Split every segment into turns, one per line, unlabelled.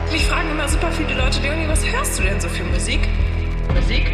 Mich fragen immer super viele Leute, Leonie, was hörst du denn so für Musik? Musik.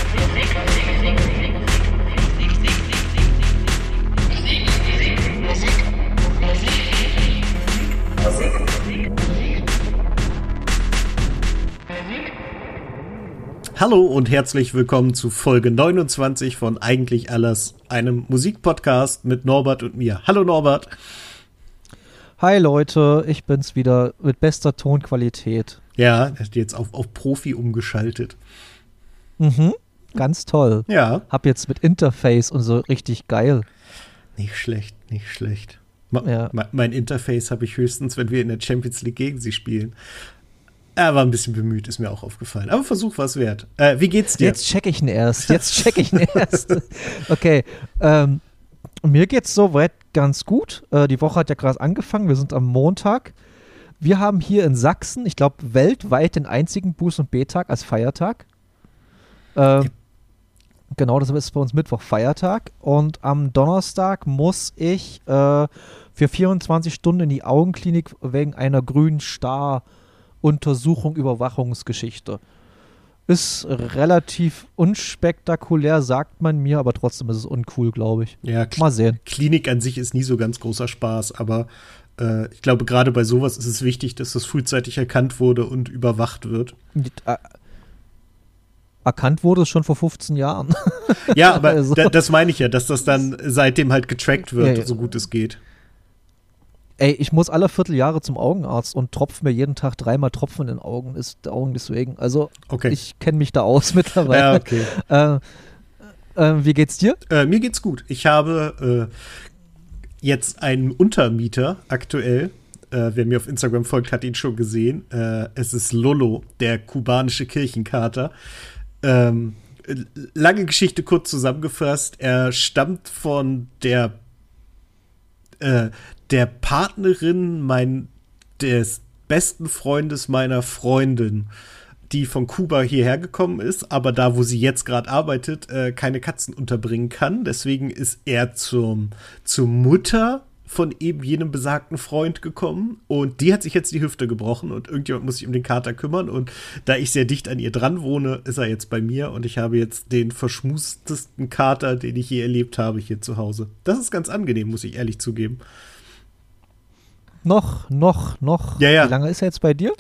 Hallo und herzlich willkommen zu Folge 29 von Eigentlich Alles, einem Musikpodcast mit Norbert und mir. Hallo Norbert.
Hi Leute, ich bin's wieder mit bester Tonqualität.
Ja, er hat jetzt auf Profi umgeschaltet.
Ganz toll.
Ja.
Hab jetzt mit Interface und so richtig geil.
Nicht schlecht.
Ja.
Mein Interface habe ich höchstens, wenn wir in der Champions League gegen sie spielen. Er war ein bisschen bemüht, ist mir auch aufgefallen. Aber Versuch war es wert. Wie geht's dir?
Jetzt check ich ihn erst. Okay. Mir geht's soweit ganz gut. Die Woche hat ja gerade angefangen. Wir sind am Montag. Wir haben hier in Sachsen, ich glaube, weltweit den einzigen Buß- und B-Tag als Feiertag. Genau, das ist bei uns Mittwoch Feiertag. Und am Donnerstag muss ich für 24 Stunden in die Augenklinik wegen einer grünen Überwachungsgeschichte. Ist relativ unspektakulär, sagt man mir, aber trotzdem ist es uncool, glaube ich.
Ja,
mal sehen.
Klinik an sich ist nie so ganz großer Spaß, aber ich glaube, gerade bei sowas ist es wichtig, dass das frühzeitig erkannt wurde und überwacht wird.
Erkannt wurde es schon vor 15 Jahren.
Ja, aber
also.
Das meine ich ja, dass das dann seitdem halt getrackt wird,
ja.
so gut es geht.
Ey, ich muss alle Vierteljahre zum Augenarzt und tropfe mir jeden Tag 3-mal Tropfen in den Augen, deswegen. Also,
okay.
Ich kenne mich da aus mittlerweile.
Ja, okay.
Wie geht's dir?
Mir geht's gut. Ich habe jetzt einen Untermieter aktuell. Wer mir auf Instagram folgt, hat ihn schon gesehen. Es ist Lolo, der kubanische Kirchenkater. Lange Geschichte kurz zusammengefasst. Er stammt von der Partnerin des besten Freundes meiner Freundin, die von Kuba hierher gekommen ist, aber da, wo sie jetzt gerade arbeitet, keine Katzen unterbringen kann. Deswegen ist er zur Mutter von eben jenem besagten Freund gekommen und die hat sich jetzt die Hüfte gebrochen und irgendjemand muss sich um den Kater kümmern und da ich sehr dicht an ihr dran wohne, ist er jetzt bei mir und ich habe jetzt den verschmustesten Kater, den ich je erlebt habe hier zu Hause. Das ist ganz angenehm, muss ich ehrlich zugeben.
Noch.
Ja.
Wie lange ist er jetzt bei dir?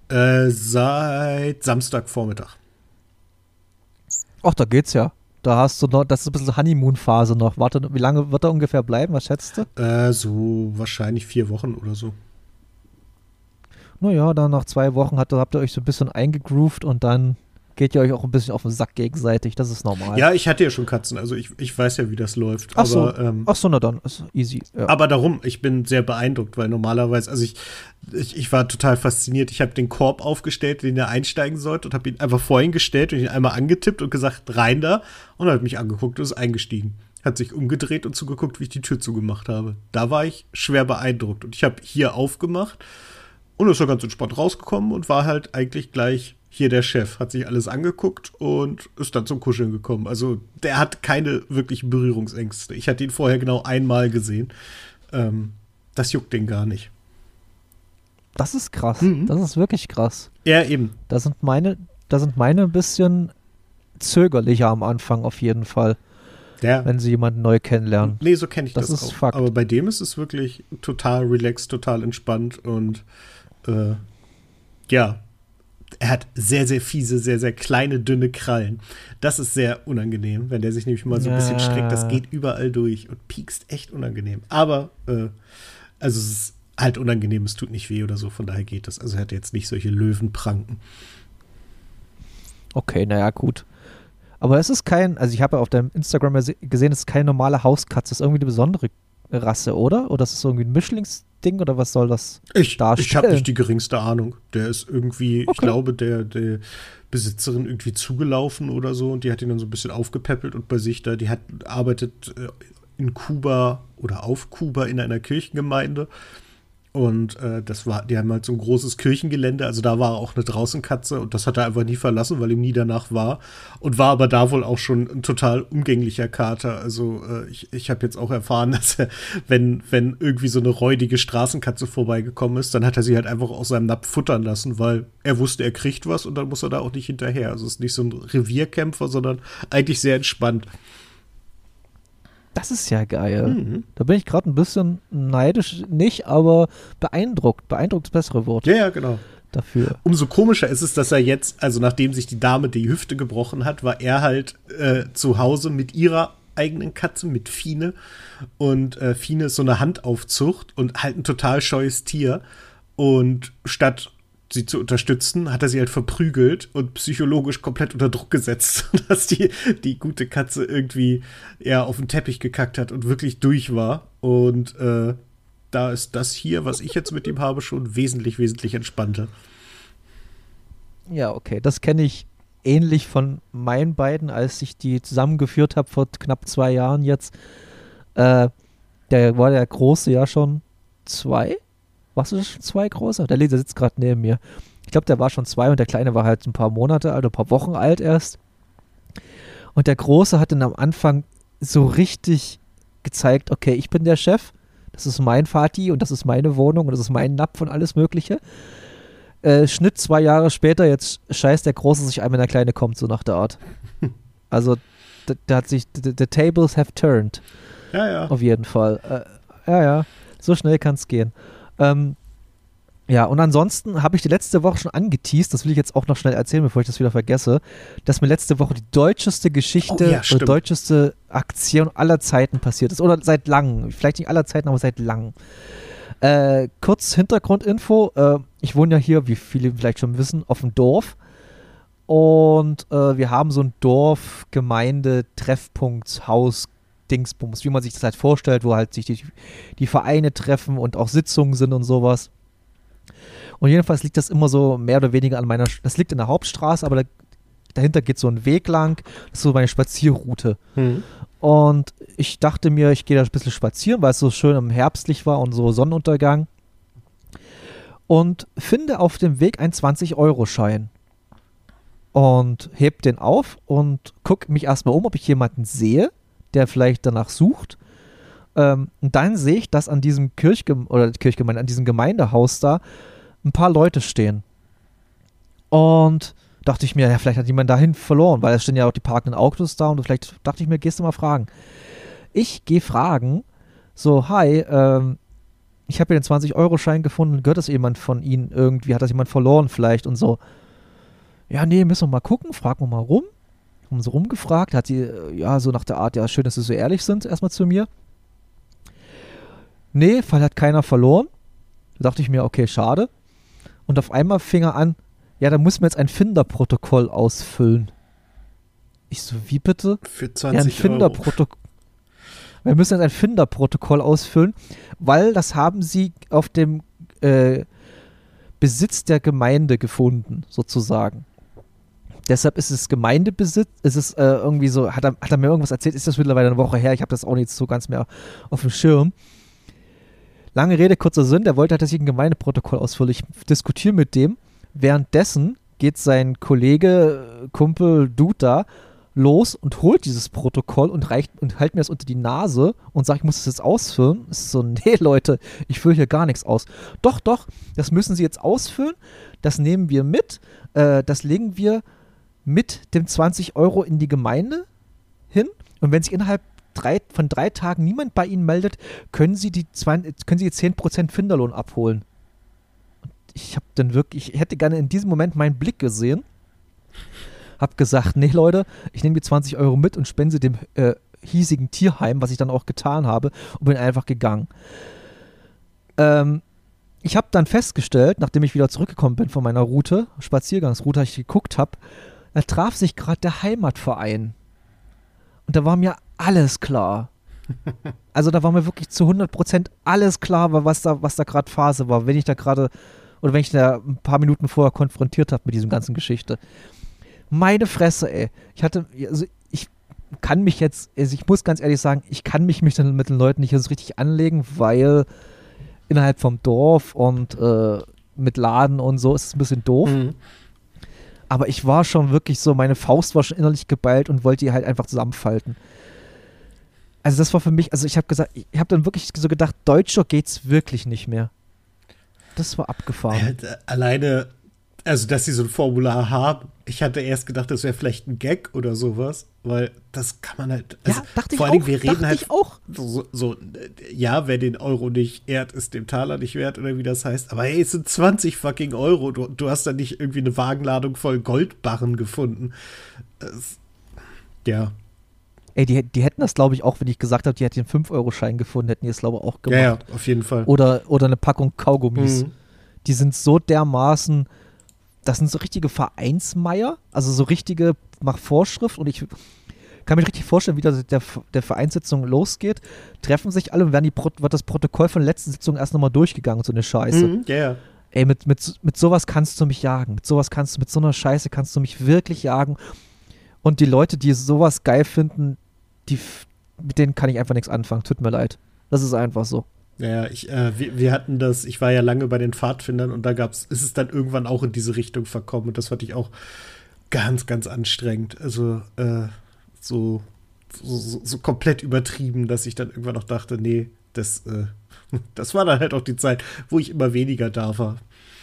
Seit Samstagvormittag.
Ach, da geht's ja. Da hast du noch, das ist ein bisschen Honeymoon-Phase noch. Warte, wie lange wird er ungefähr bleiben? Was schätzt du?
So wahrscheinlich 4 Wochen oder so.
Naja, dann nach 2 Wochen habt ihr euch so ein bisschen eingegroovt und dann geht ihr euch auch ein bisschen auf den Sack gegenseitig. Das ist normal.
Ja, ich hatte ja schon Katzen, also ich weiß ja, wie das läuft.
Ach so, na dann, ist easy. Ja.
Aber darum, ich bin sehr beeindruckt, weil normalerweise, also ich war total fasziniert. Ich habe den Korb aufgestellt, den er einsteigen sollte und habe ihn einfach vor ihn gestellt und ihn einmal angetippt und gesagt, rein da. Und er hat mich angeguckt und ist eingestiegen. Hat sich umgedreht und zugeguckt, wie ich die Tür zugemacht habe. Da war ich schwer beeindruckt. Und ich habe hier aufgemacht und ist so ganz entspannt rausgekommen und war halt eigentlich gleich hier der Chef, hat sich alles angeguckt und ist dann zum Kuscheln gekommen. Also der hat keine wirklichen Berührungsängste. Ich hatte ihn vorher genau einmal gesehen. Das juckt den gar nicht.
Das ist krass. Das ist wirklich krass.
Ja, eben.
Da sind meine ein bisschen zögerlicher am Anfang auf jeden Fall.
Ja.
Wenn sie jemanden neu kennenlernen.
Nee, so kenne ich das
ist
auch.
Fakt.
Aber bei dem ist es wirklich total relaxed, total entspannt und ja, er hat sehr, sehr fiese, sehr, sehr kleine, dünne Krallen. Das ist sehr unangenehm, wenn der sich nämlich mal so ein bisschen streckt. Das geht überall durch und piekst echt unangenehm. Aber, also es ist halt unangenehm, es tut nicht weh oder so, von daher geht das. Also er hat jetzt nicht solche Löwenpranken.
Okay, naja, gut. Aber es ist also ich habe ja auf deinem Instagram gesehen, es ist keine normale Hauskatze, es ist irgendwie eine besondere Rasse, oder? Oder ist es irgendwie ein Mischlingsding oder was soll das darstellen?
Ich habe nicht die geringste Ahnung. Der ist irgendwie,
okay.
Ich glaube, der Besitzerin irgendwie zugelaufen oder so und die hat ihn dann so ein bisschen aufgepäppelt und bei sich da, arbeitet in Kuba oder auf Kuba in einer Kirchengemeinde Und die haben halt so ein großes Kirchengelände, also da war auch eine Draußenkatze und das hat er einfach nie verlassen, weil ihm nie danach war. Und war aber da wohl auch schon ein total umgänglicher Kater. Also ich habe jetzt auch erfahren, dass er, wenn irgendwie so eine räudige Straßenkatze vorbeigekommen ist, dann hat er sie halt einfach aus seinem Napf futtern lassen, weil er wusste, er kriegt was und dann muss er da auch nicht hinterher. Also es ist nicht so ein Revierkämpfer, sondern eigentlich sehr entspannt.
Das ist ja geil. Da bin ich gerade ein bisschen neidisch, nicht, aber beeindruckt. Beeindruckt ist das bessere Wort.
Ja, genau.
Dafür.
Umso komischer ist es, dass er jetzt, also nachdem sich die Dame die Hüfte gebrochen hat, war er halt zu Hause mit ihrer eigenen Katze, mit Fine. Und Fine ist so eine Handaufzucht und halt ein total scheues Tier. Und statt sie zu unterstützen, hat er sie halt verprügelt und psychologisch komplett unter Druck gesetzt, dass die gute Katze irgendwie eher auf den Teppich gekackt hat und wirklich durch war. Und da ist das hier, was ich jetzt mit ihm habe, schon wesentlich, wesentlich entspannter.
Ja, okay. Das kenne ich ähnlich von meinen beiden, als ich die zusammengeführt habe vor knapp 2 Jahren jetzt. Der war der Große ja schon 2. Warst du schon 2 Großer? Der Leser sitzt gerade neben mir. Ich glaube, der war schon 2 und der Kleine war halt ein paar Monate alt, ein paar Wochen alt erst. Und der Große hat dann am Anfang so richtig gezeigt, okay, ich bin der Chef, das ist mein Vati und das ist meine Wohnung und das ist mein Napf und alles Mögliche. Schnitt 2 Jahre später, jetzt scheißt der Große sich ein, wenn der Kleine kommt, so nach der Art. Also, da hat sich, the tables have turned.
Ja.
Auf jeden Fall. Ja, so schnell kann es gehen. Ja, und ansonsten habe ich die letzte Woche schon angeteast, das will ich jetzt auch noch schnell erzählen, bevor ich das wieder vergesse, dass mir letzte Woche die deutscheste Geschichte oder deutscheste Aktion aller Zeiten passiert ist. Oder seit langem. Vielleicht nicht aller Zeiten, aber seit langem. Kurz Hintergrundinfo. Ich wohne ja hier, wie viele vielleicht schon wissen, auf dem Dorf. Und wir haben so ein Dorf-Gemeinde-Treffpunkt-Haus Dingsbums, wie man sich das halt vorstellt, wo halt sich die Vereine treffen und auch Sitzungen sind und sowas. Und jedenfalls liegt das immer so mehr oder weniger an das liegt in der Hauptstraße, aber dahinter geht so ein Weg lang, das ist so meine Spazierroute. Und ich dachte mir, ich gehe da ein bisschen spazieren, weil es so schön im Herbstlich war und so Sonnenuntergang. Und finde auf dem Weg einen 20-Euro-Schein. Und heb den auf und gucke mich erstmal um, ob ich jemanden sehe, der vielleicht danach sucht. Und dann sehe ich, dass an diesem an diesem Gemeindehaus da ein paar Leute stehen. Und dachte ich mir, ja, vielleicht hat jemand dahin verloren, weil es stehen ja auch die parkenden Autos da und vielleicht dachte ich mir, gehst du mal fragen. Ich gehe fragen, so, hi, ich habe hier den 20-Euro-Schein gefunden, gehört das jemand von Ihnen irgendwie, hat das jemand verloren vielleicht und so. Ja, nee, müssen wir mal gucken, fragen wir mal rum. Haben sie rumgefragt, hat sie, ja, so nach der Art, ja, schön, dass sie so ehrlich sind, erstmal zu mir. Nee, Fall hat keiner verloren. Da dachte ich mir, okay, schade. Und auf einmal fing er an, ja, da muss man jetzt ein Finderprotokoll ausfüllen. Ich so, wie bitte?
Für 20
Euro. Wir müssen jetzt ein Finderprotokoll ausfüllen, weil das haben sie auf dem Besitz der Gemeinde gefunden, sozusagen. Deshalb ist es Gemeindebesitz, ist es irgendwie so, hat er mir irgendwas erzählt, ist das mittlerweile eine Woche her, ich habe das auch nicht so ganz mehr auf dem Schirm. Lange Rede, kurzer Sinn, der wollte halt, dass ich ein Gemeindeprotokoll ausfülle. Ich diskutiere mit dem, währenddessen geht sein Kumpel Dude da los und holt dieses Protokoll und hält mir das unter die Nase und sagt, ich muss das jetzt ausfüllen. Ist so, nee Leute, ich fülle hier gar nichts aus. Doch, das müssen Sie jetzt ausfüllen, das nehmen wir mit, das legen wir mit dem 20 Euro in die Gemeinde hin und wenn sich innerhalb von 3 Tagen niemand bei Ihnen meldet, können Sie die 10% Finderlohn abholen. Und ich hätte gerne in diesem Moment meinen Blick gesehen, hab gesagt, nee Leute, ich nehme die 20 Euro mit und spende sie dem hiesigen Tierheim, was ich dann auch getan habe und bin einfach gegangen. Ich habe dann festgestellt, nachdem ich wieder zurückgekommen bin von meiner Spaziergangsroute, ich geguckt habe, da traf sich gerade der Heimatverein. Und da war mir alles klar. Also da war mir wirklich zu 100% alles klar, was da gerade Phase war, wenn ich da ein paar Minuten vorher konfrontiert habe mit diesem ganzen Geschichte. Meine Fresse, ey. Ich muss ganz ehrlich sagen, ich kann mich mit den Leuten nicht so richtig anlegen, weil innerhalb vom Dorf und mit Laden und so ist es ein bisschen doof.
Mhm.
Aber ich war schon wirklich so, meine Faust war schon innerlich geballt und wollte die halt einfach zusammenfalten. Also das war für mich, also ich habe dann wirklich so gedacht, deutscher geht's wirklich nicht mehr. Das war abgefahren.
Alleine, also dass sie so ein Formular haben, ich hatte erst gedacht, das wäre vielleicht ein Gag oder sowas, weil das kann man halt, also
Ja, dachte ich
vor allen Dingen,
auch,
wir reden
dachte
halt
ich auch.
ja, wer den Euro nicht ehrt, ist dem Taler nicht wert oder wie das heißt, aber hey, es sind 20 fucking Euro, du hast da nicht irgendwie eine Wagenladung voll Goldbarren gefunden. Ja.
Ey, die hätten das, glaube ich, auch, wenn ich gesagt habe, die hätten den 5-Euro-Schein gefunden, hätten die das, glaube ich, auch gemacht.
Ja, auf jeden Fall.
Oder eine Packung Kaugummis.
Mhm.
Die sind so dermaßen, das sind so richtige Vereinsmeier, also so richtige nach Vorschrift, und ich kann mir richtig vorstellen, wie der Vereinssitzung losgeht, treffen sich alle und wird das Protokoll von der letzten Sitzung erst nochmal durchgegangen, so eine Scheiße.
Mhm, ja.
Ey, mit sowas kannst du mich jagen, mit so einer Scheiße kannst du mich wirklich jagen, und die Leute, die sowas geil finden, mit denen kann ich einfach nichts anfangen, tut mir leid. Das ist einfach so.
Ja, wir hatten das, ich war ja lange bei den Pfadfindern und da ist es dann irgendwann auch in diese Richtung verkommen und das fand ich auch ganz, ganz anstrengend. Also so komplett übertrieben, dass ich dann irgendwann noch dachte, nee, das war dann halt auch die Zeit, wo ich immer weniger da war.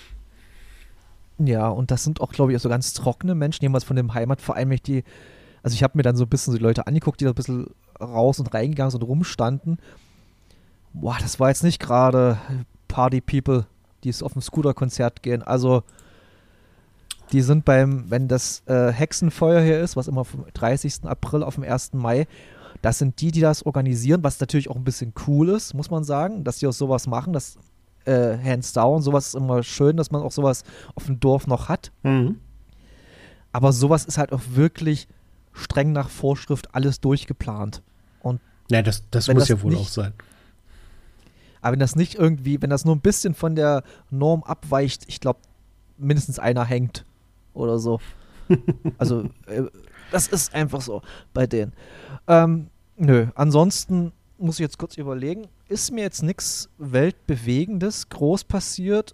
Ja, und das sind auch, glaube ich, auch so ganz trockene Menschen, jemals von dem Heimatverein, also ich habe mir dann so ein bisschen so die Leute angeguckt, die da ein bisschen raus und reingegangen sind und rumstanden. Boah, das war jetzt nicht gerade Party-People, die auf ein Scooter-Konzert gehen. Also, die sind wenn das Hexenfeuer hier ist, was immer vom 30. April auf dem 1. Mai, das sind die das organisieren, was natürlich auch ein bisschen cool ist, muss man sagen, dass die auch sowas machen, das hands down, sowas ist immer schön, dass man auch sowas auf dem Dorf noch hat.
Mhm.
Aber sowas ist halt auch wirklich streng nach Vorschrift alles durchgeplant. Und
ja, das muss ja wohl auch sein.
Aber wenn das nicht irgendwie, wenn das nur ein bisschen von der Norm abweicht, ich glaube, mindestens einer hängt oder so. Also, das ist einfach so bei denen. Nö, ansonsten muss ich jetzt kurz überlegen, ist mir jetzt nichts Weltbewegendes groß passiert.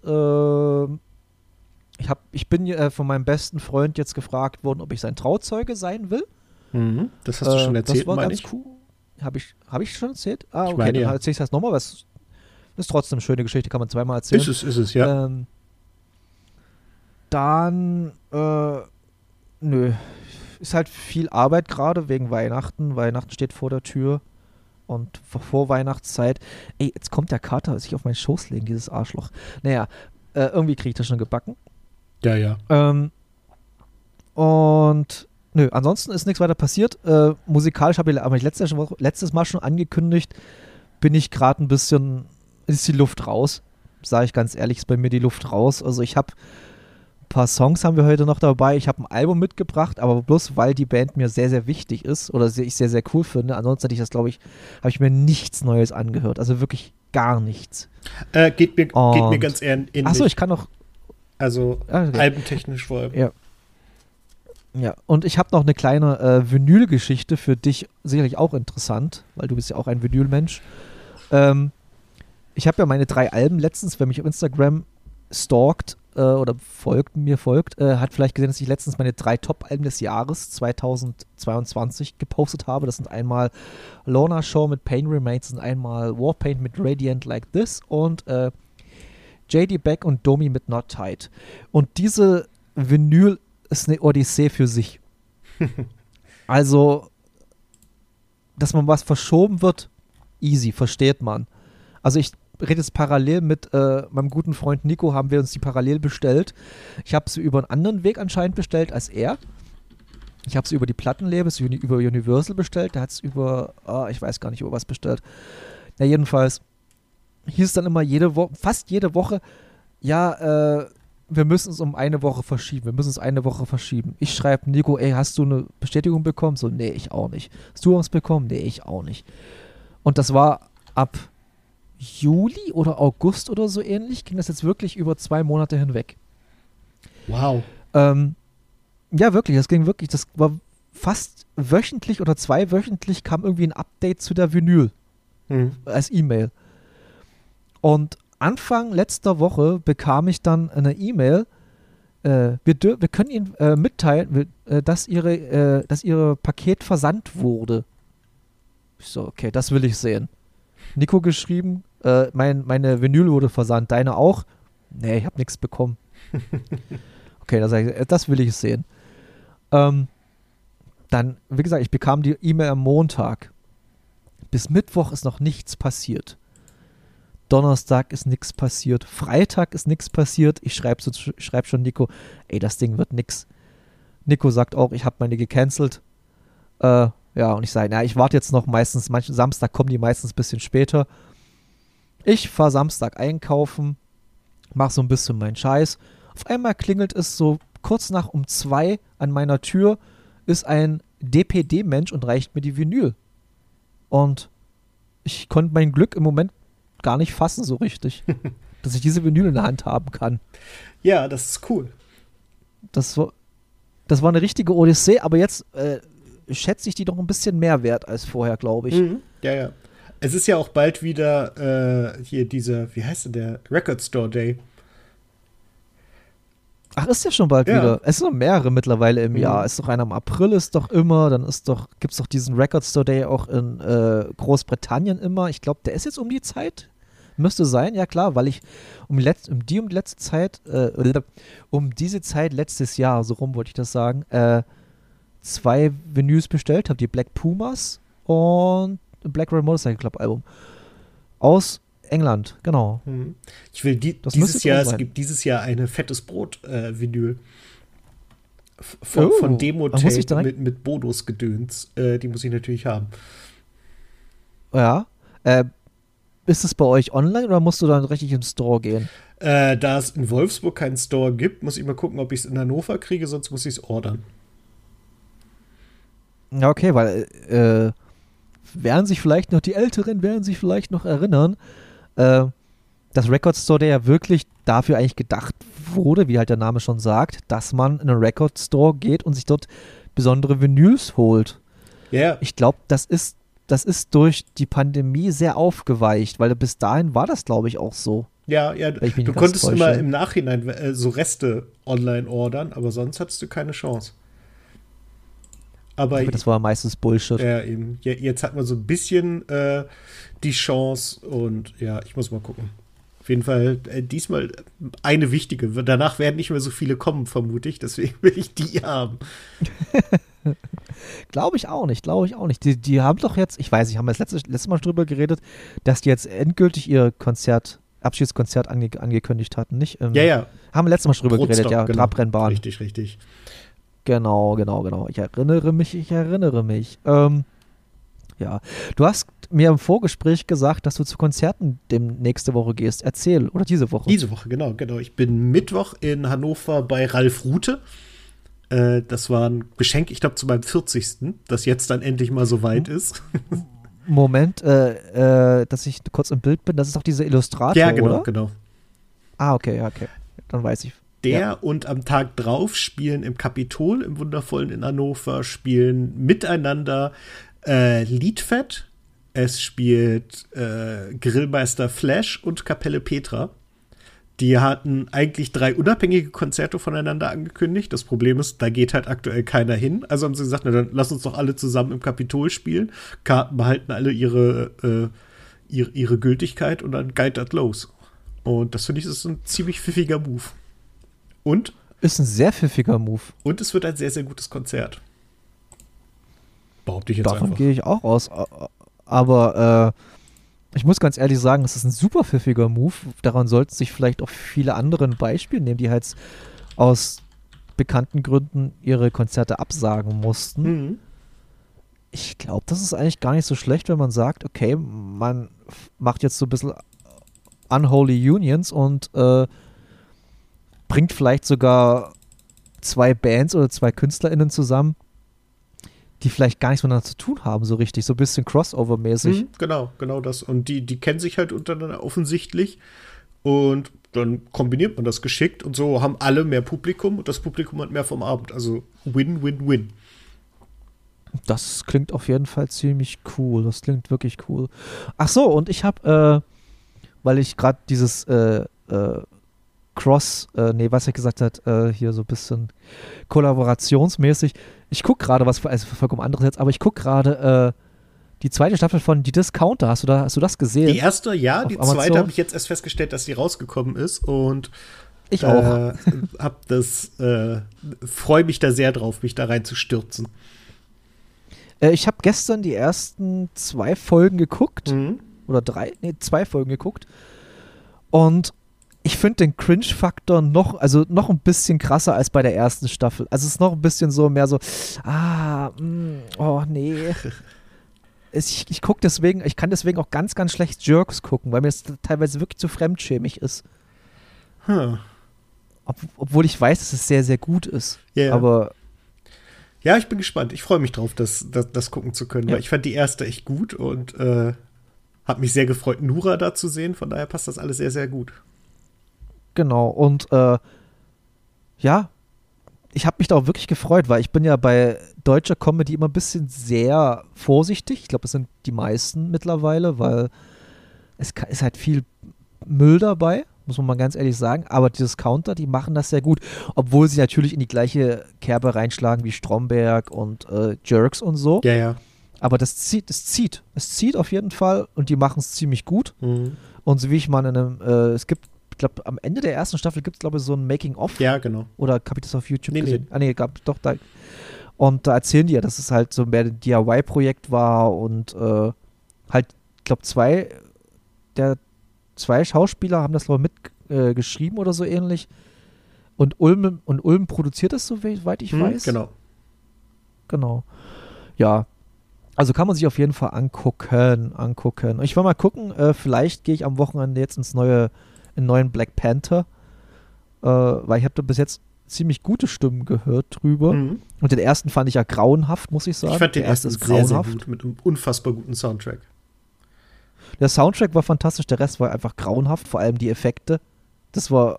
Ich bin von meinem besten Freund jetzt gefragt worden, ob ich sein Trauzeuge sein will.
Mhm, das hast du schon erzählt,
das war
meine
ganz
ich.
cool. Hab ich schon erzählt? Ah, okay,
ich meine,
dann
ja.
erzähle ich das nochmal, weil es ist trotzdem eine schöne Geschichte, kann man zweimal erzählen.
Ist es, ja.
Dann, nö, ist halt viel Arbeit gerade wegen Weihnachten. Weihnachten steht vor der Tür und vor Weihnachtszeit. Ey, jetzt kommt der Kater sich auf meinen Schoß legen, dieses Arschloch. Naja, irgendwie kriege ich das schon gebacken.
Ja.
Und nö, ansonsten ist nichts weiter passiert. Musikalisch habe ich letztes Mal schon angekündigt, bin ich gerade ein bisschen, ist die Luft raus. Sage ich ganz ehrlich, ist bei mir die Luft raus. Also ich habe ein paar Songs haben wir heute noch dabei. Ich habe ein Album mitgebracht, aber bloß weil die Band mir sehr, sehr wichtig ist oder ich sehr, sehr cool finde. Ansonsten hätte ich das, glaube ich, habe ich mir nichts Neues angehört. Also wirklich gar nichts.
Geht mir ganz ähnlich.
Achso, ich kann noch.
Also
okay.
Albentechnisch vor allem.
Ja. Ja, und ich habe noch eine kleine Vinyl-Geschichte für dich, sicherlich auch interessant, weil du bist ja auch ein Vinyl-Mensch. Ich habe ja meine 3 Alben letztens, wer mich auf Instagram stalkt oder mir folgt, hat vielleicht gesehen, dass ich letztens meine 3 Top-Alben des Jahres 2022 gepostet habe. Das sind einmal Lorna Shore mit Pain Remains und einmal Warpaint mit Radiant Like This und JD Beck und Domi mit Not Tight. Und diese Vinyl ist eine Odyssee für sich. Also, dass man was verschoben wird, easy, versteht man. Also ich rede jetzt parallel mit meinem guten Freund Nico, haben wir uns die parallel bestellt. Ich habe sie über einen anderen Weg anscheinend bestellt als er. Ich habe sie über die Plattenlabels, über Universal bestellt. Der hat es über, ich weiß gar nicht, über was bestellt. Ja, jedenfalls hieß es dann immer fast jede Woche, ja, wir müssen es um eine Woche verschieben. Ich schreibe Nico, ey, hast du eine Bestätigung bekommen? So, nee, ich auch nicht. Hast du was bekommen? Nee, ich auch nicht. Und das war ab Juli oder August oder so ähnlich, ging das jetzt wirklich über 2 Monate hinweg.
Wow.
Ja, wirklich, das war fast wöchentlich oder 2-wöchentlich kam irgendwie ein Update zu der Vinyl als E-Mail. Und Anfang letzter Woche bekam ich dann eine E-Mail, wir können Ihnen mitteilen, dass Ihre Paket versandt wurde. Ich so, okay, das will ich sehen. Nico geschrieben, meine Vinyl wurde versandt, deine auch? Nee, ich habe nichts bekommen. Okay, das will ich sehen. Dann, wie gesagt, ich bekam die E-Mail am Montag. Bis Mittwoch ist noch nichts passiert. Donnerstag ist nichts passiert. Freitag ist nichts passiert. Ich schreib schon Nico, ey, das Ding wird nix. Nico sagt auch, ich habe meine gecancelt. Ja, und ich sage, ich warte jetzt noch manchen Samstag kommen die meistens ein bisschen später. Ich fahre Samstag einkaufen, mach so ein bisschen meinen Scheiß. Auf einmal klingelt es so kurz nach um 2 an meiner Tür, ist ein DPD-Mensch und reicht mir die Vinyl. Und ich konnte mein Glück im Moment gar nicht fassen so richtig, dass ich diese Vinyl in der Hand haben kann.
Ja, das ist cool.
Das war eine richtige Odyssee, aber jetzt schätze ich die doch ein bisschen mehr wert als vorher, glaube ich.
Mhm. Ja. Es ist ja auch bald wieder hier dieser, wie heißt denn der? Record Store Day.
Ach, ist ja schon bald wieder. Es sind noch mehrere mittlerweile im Jahr. Ist doch einer im April, ist doch immer. Dann gibt es doch diesen Record Store Day auch in Großbritannien immer. Ich glaube, der ist jetzt um die Zeit. Müsste sein, ja klar, weil ich um diese Zeit letztes Jahr, so rum wollte ich das sagen, 2 Vinyls bestellt habe, die Black Pumas und Black Red Motorcycle Club Album. Aus England, genau.
Ich will es gibt dieses Jahr eine fettes Brot Vinyl von Demo-Tape mit Bonus-Gedöns. Die muss ich natürlich haben.
Ja. Ist es bei euch online oder musst du dann richtig im Store gehen?
Da es in Wolfsburg keinen Store gibt, muss ich mal gucken, ob ich es in Hannover kriege, sonst muss ich es ordern.
Ja, okay, weil die Älteren werden sich vielleicht noch erinnern, das Record Store, der ja wirklich dafür eigentlich gedacht wurde, wie halt der Name schon sagt, dass man in einen Record Store geht und sich dort besondere Vinyls holt.
Ja. Yeah.
Ich glaube, das ist durch die Pandemie sehr aufgeweicht, weil bis dahin war das, glaube ich, auch so.
Ja, du konntest immer im Nachhinein so Reste online ordern, aber sonst hattest du keine Chance. Aber
das war meistens Bullshit.
Ja, eben. Jetzt hat man so ein bisschen die Chance und ja, ich muss mal gucken. Auf jeden Fall diesmal eine wichtige. Danach werden nicht mehr so viele kommen, vermute ich. Deswegen will ich die haben.
Glaube ich auch nicht. Die haben doch jetzt, ich weiß nicht, haben wir das letzte Mal drüber geredet, dass die jetzt endgültig ihr Abschiedskonzert angekündigt hatten, nicht?
Ja.
Haben wir letztes Mal drüber geredet, ja,
genau.
Trabrennbahn.
Richtig.
Genau. Ich erinnere mich. Ja, du hast mir im Vorgespräch gesagt, dass du zu Konzerten nächste Woche gehst. Erzähl, oder diese Woche?
Diese Woche, genau. Ich bin Mittwoch in Hannover bei Ralf Rute. Das war ein Geschenk, ich glaube, zu meinem 40., das jetzt dann endlich mal so weit ist.
Moment, dass ich kurz im Bild bin. Das ist doch dieser Illustrator,
ja,
oder?
Genau.
Ah, okay. Dann weiß ich.
Und am Tag drauf spielen im Kapitol, im wundervollen in Hannover, spielen miteinander Liedfett, es spielt Grillmeister Flash und Kapelle Petra. Die hatten eigentlich 3 unabhängige Konzerte voneinander angekündigt. Das Problem ist, da geht halt aktuell keiner hin. Also haben sie gesagt, na dann lass uns doch alle zusammen im Kapitol spielen. Karten behalten alle ihre Gültigkeit und dann geht das los. Und das finde ich ist ein ziemlich pfiffiger Move. Und?
Ist ein sehr pfiffiger Move.
Und es wird ein sehr, sehr gutes Konzert. Behaupte ich jetzt
Davon
einfach.
gehe ich auch aus. Aber ich muss ganz ehrlich sagen, es ist ein super pfiffiger Move. Daran sollten sich vielleicht auch viele andere ein Beispiel nehmen, die halt aus bekannten Gründen ihre Konzerte absagen mussten.
Mhm.
Ich glaube, das ist eigentlich gar nicht so schlecht, wenn man sagt, okay, man macht jetzt so ein bisschen Unholy Unions und bringt vielleicht sogar 2 Bands oder 2 KünstlerInnen zusammen, die vielleicht gar nichts miteinander zu tun haben, so richtig, so ein bisschen Crossover-mäßig.
Genau das. Und die kennen sich halt untereinander offensichtlich und dann kombiniert man das geschickt und so haben alle mehr Publikum und das Publikum hat mehr vom Abend. Also Win-Win-Win.
Das klingt auf jeden Fall ziemlich cool. Das klingt wirklich cool. Ach so, und ich habe weil ich gerade dieses was er gesagt hat, hier so ein bisschen kollaborationsmäßig. Ich gucke gerade also vollkommen anderes jetzt, aber ich gucke gerade die zweite Staffel von Die Discounter. Hast du das gesehen?
Die erste, ja, die
Amazon?
zweite habe ich jetzt erst festgestellt, dass sie rausgekommen ist und
ich auch.
Freue mich da sehr drauf, mich da reinzustürzen.
Ich habe gestern die ersten 2 Folgen geguckt.
Mhm.
Oder 2 Folgen geguckt. Und ich finde den Cringe-Faktor noch ein bisschen krasser als bei der ersten Staffel. Also es ist noch ein bisschen so mehr so, oh nee. Ich kann deswegen auch ganz, ganz schlecht Jerks gucken, weil mir das teilweise wirklich zu fremdschämig ist. Obwohl ich weiß, dass es sehr, sehr gut ist.
Yeah.
Aber
ja, ich bin gespannt. Ich freue mich drauf, das gucken zu können, weil ich fand die erste echt gut und habe mich sehr gefreut, Nura da zu sehen. Von daher passt das alles sehr, sehr gut.
genau. Und ich habe mich da auch wirklich gefreut, weil ich bin ja bei deutscher Comedy immer ein bisschen sehr vorsichtig. Ich glaube, das sind die meisten mittlerweile, weil es ist halt viel Müll dabei, muss man mal ganz ehrlich sagen. Aber die Discounter, die machen das sehr gut. Obwohl sie natürlich in die gleiche Kerbe reinschlagen wie Stromberg und Jerks und so.
Ja, ja.
Aber es zieht auf jeden Fall und die machen es ziemlich gut.
Mhm.
Und so wie ich mal es gibt, ich glaube, am Ende der ersten Staffel gibt es, glaube ich, so ein Making-of.
Ja, genau.
Oder habe ich das auf YouTube
Nee,
gesehen? Gab doch da. Und da erzählen die ja, dass es halt so mehr ein DIY-Projekt war und halt, ich glaube, zwei Schauspieler haben das, glaube ich, mitgeschrieben oder so ähnlich. Und Ulm produziert das, soweit ich weiß.
Genau.
Genau. Ja. Also kann man sich auf jeden Fall angucken. Ich will mal gucken, vielleicht gehe ich am Wochenende jetzt in neuen Black Panther, weil ich habe da bis jetzt ziemlich gute Stimmen gehört drüber.
Mhm.
Und den ersten fand ich ja grauenhaft, muss ich sagen.
Ich fand den
Der erste
ersten
ist
sehr, sehr
grauenhaft.
gut, mit einem unfassbar guten Soundtrack.
Der Soundtrack war fantastisch, der Rest war einfach grauenhaft, vor allem die Effekte. Das war,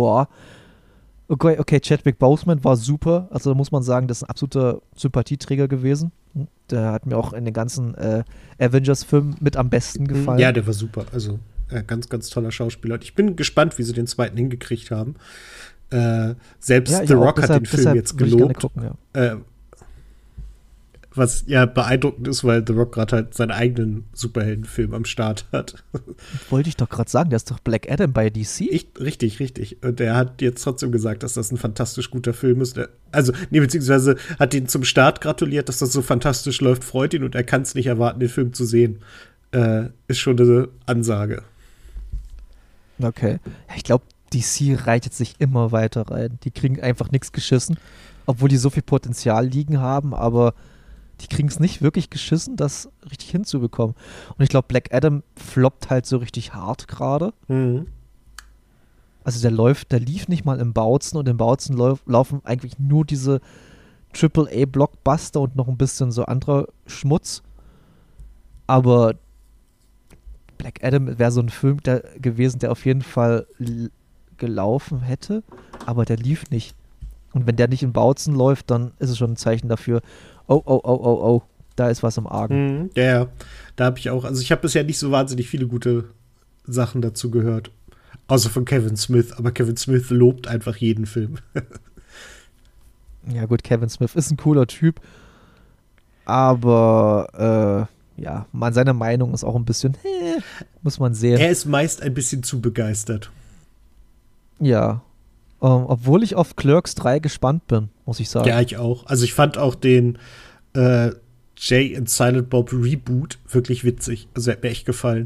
Okay, Chadwick Boseman war super. Also da muss man sagen, das ist ein absoluter Sympathieträger gewesen. Der hat mir auch in den ganzen Avengers-Filmen mit am besten gefallen.
Ja, der war super. Also ganz, ganz toller Schauspieler. Und ich bin gespannt, wie sie den zweiten hingekriegt haben. Selbst The Rock hat den Film jetzt gelobt.
Gucken,
Was ja beeindruckend ist, weil The Rock gerade halt seinen eigenen Superheldenfilm am Start hat.
Wollte ich doch gerade sagen, der ist doch Black Adam bei DC.
Richtig. Und er hat jetzt trotzdem gesagt, dass das ein fantastisch guter Film ist. Beziehungsweise hat ihn zum Start gratuliert, dass das so fantastisch läuft, freut ihn und er kann es nicht erwarten, den Film zu sehen. Ist schon eine Ansage.
Okay. Ich glaube, DC reitet sich immer weiter rein. Die kriegen einfach nichts geschissen, obwohl die so viel Potenzial liegen haben, aber die kriegen es nicht wirklich geschissen, das richtig hinzubekommen. Und ich glaube, Black Adam floppt halt so richtig hart gerade.
Mhm.
Also der lief nicht mal im Bautzen und im Bautzen laufen eigentlich nur diese AAA-Blockbuster und noch ein bisschen so anderer Schmutz. Aber Black Adam wäre so ein Film gewesen, der auf jeden Fall gelaufen hätte, aber der lief nicht. Und wenn der nicht im Bautzen läuft, dann ist es schon ein Zeichen dafür, oh, da ist was im Argen.
Ja, da habe ich auch, also ich habe bisher nicht so wahnsinnig viele gute Sachen dazu gehört. Außer von Kevin Smith, aber Kevin Smith lobt einfach jeden Film.
Ja gut, Kevin Smith ist ein cooler Typ, aber seine Meinung ist auch ein bisschen, muss man sehen.
Er ist meist ein bisschen zu begeistert.
Ja, obwohl ich auf Clerks 3 gespannt bin, muss ich sagen.
Ja, ich auch. Also ich fand auch den Jay and Silent Bob Reboot wirklich witzig. Also er hat mir echt gefallen.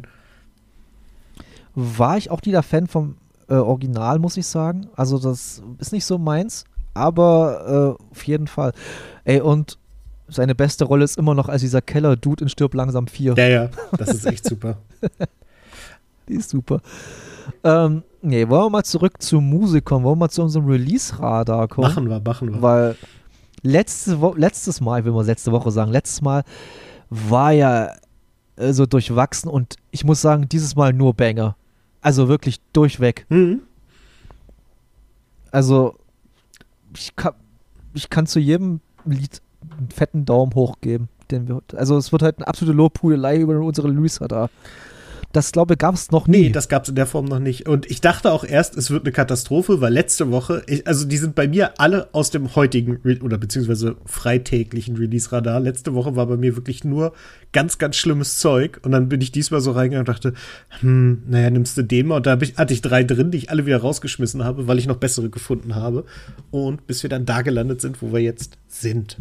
War ich auch nie der Fan vom Original, muss ich sagen. Also das ist nicht so meins, aber auf jeden Fall. Ey, und seine beste Rolle ist immer noch als dieser Keller-Dude in Stirb langsam 4.
Ja, das ist echt super.
Die ist super. Wollen wir mal zurück zur Musik kommen? Wollen wir mal zu unserem Release-Radar kommen?
Machen wir.
Weil letztes Mal, ich will mal letzte Woche sagen, letztes Mal war ja so durchwachsen und ich muss sagen, dieses Mal nur Banger. Also wirklich durchweg.
Mhm.
Also ich kann zu jedem Lied einen fetten Daumen hoch geben. Also es wird halt eine absolute Lobhudelei über unsere Release-Radar. Das, glaube ich, gab es noch nie.
Nee, das gab es in der Form noch nicht. Und ich dachte auch erst, es wird eine Katastrophe, weil letzte Woche, also die sind bei mir alle aus dem heutigen oder beziehungsweise freitäglichen Release-Radar. Letzte Woche war bei mir wirklich nur ganz, ganz schlimmes Zeug. Und dann bin ich diesmal so reingegangen und dachte, naja, nimmst du den mal. Und da hatte ich 3 drin, die ich alle wieder rausgeschmissen habe, weil ich noch bessere gefunden habe. Und bis wir dann da gelandet sind, wo wir jetzt sind.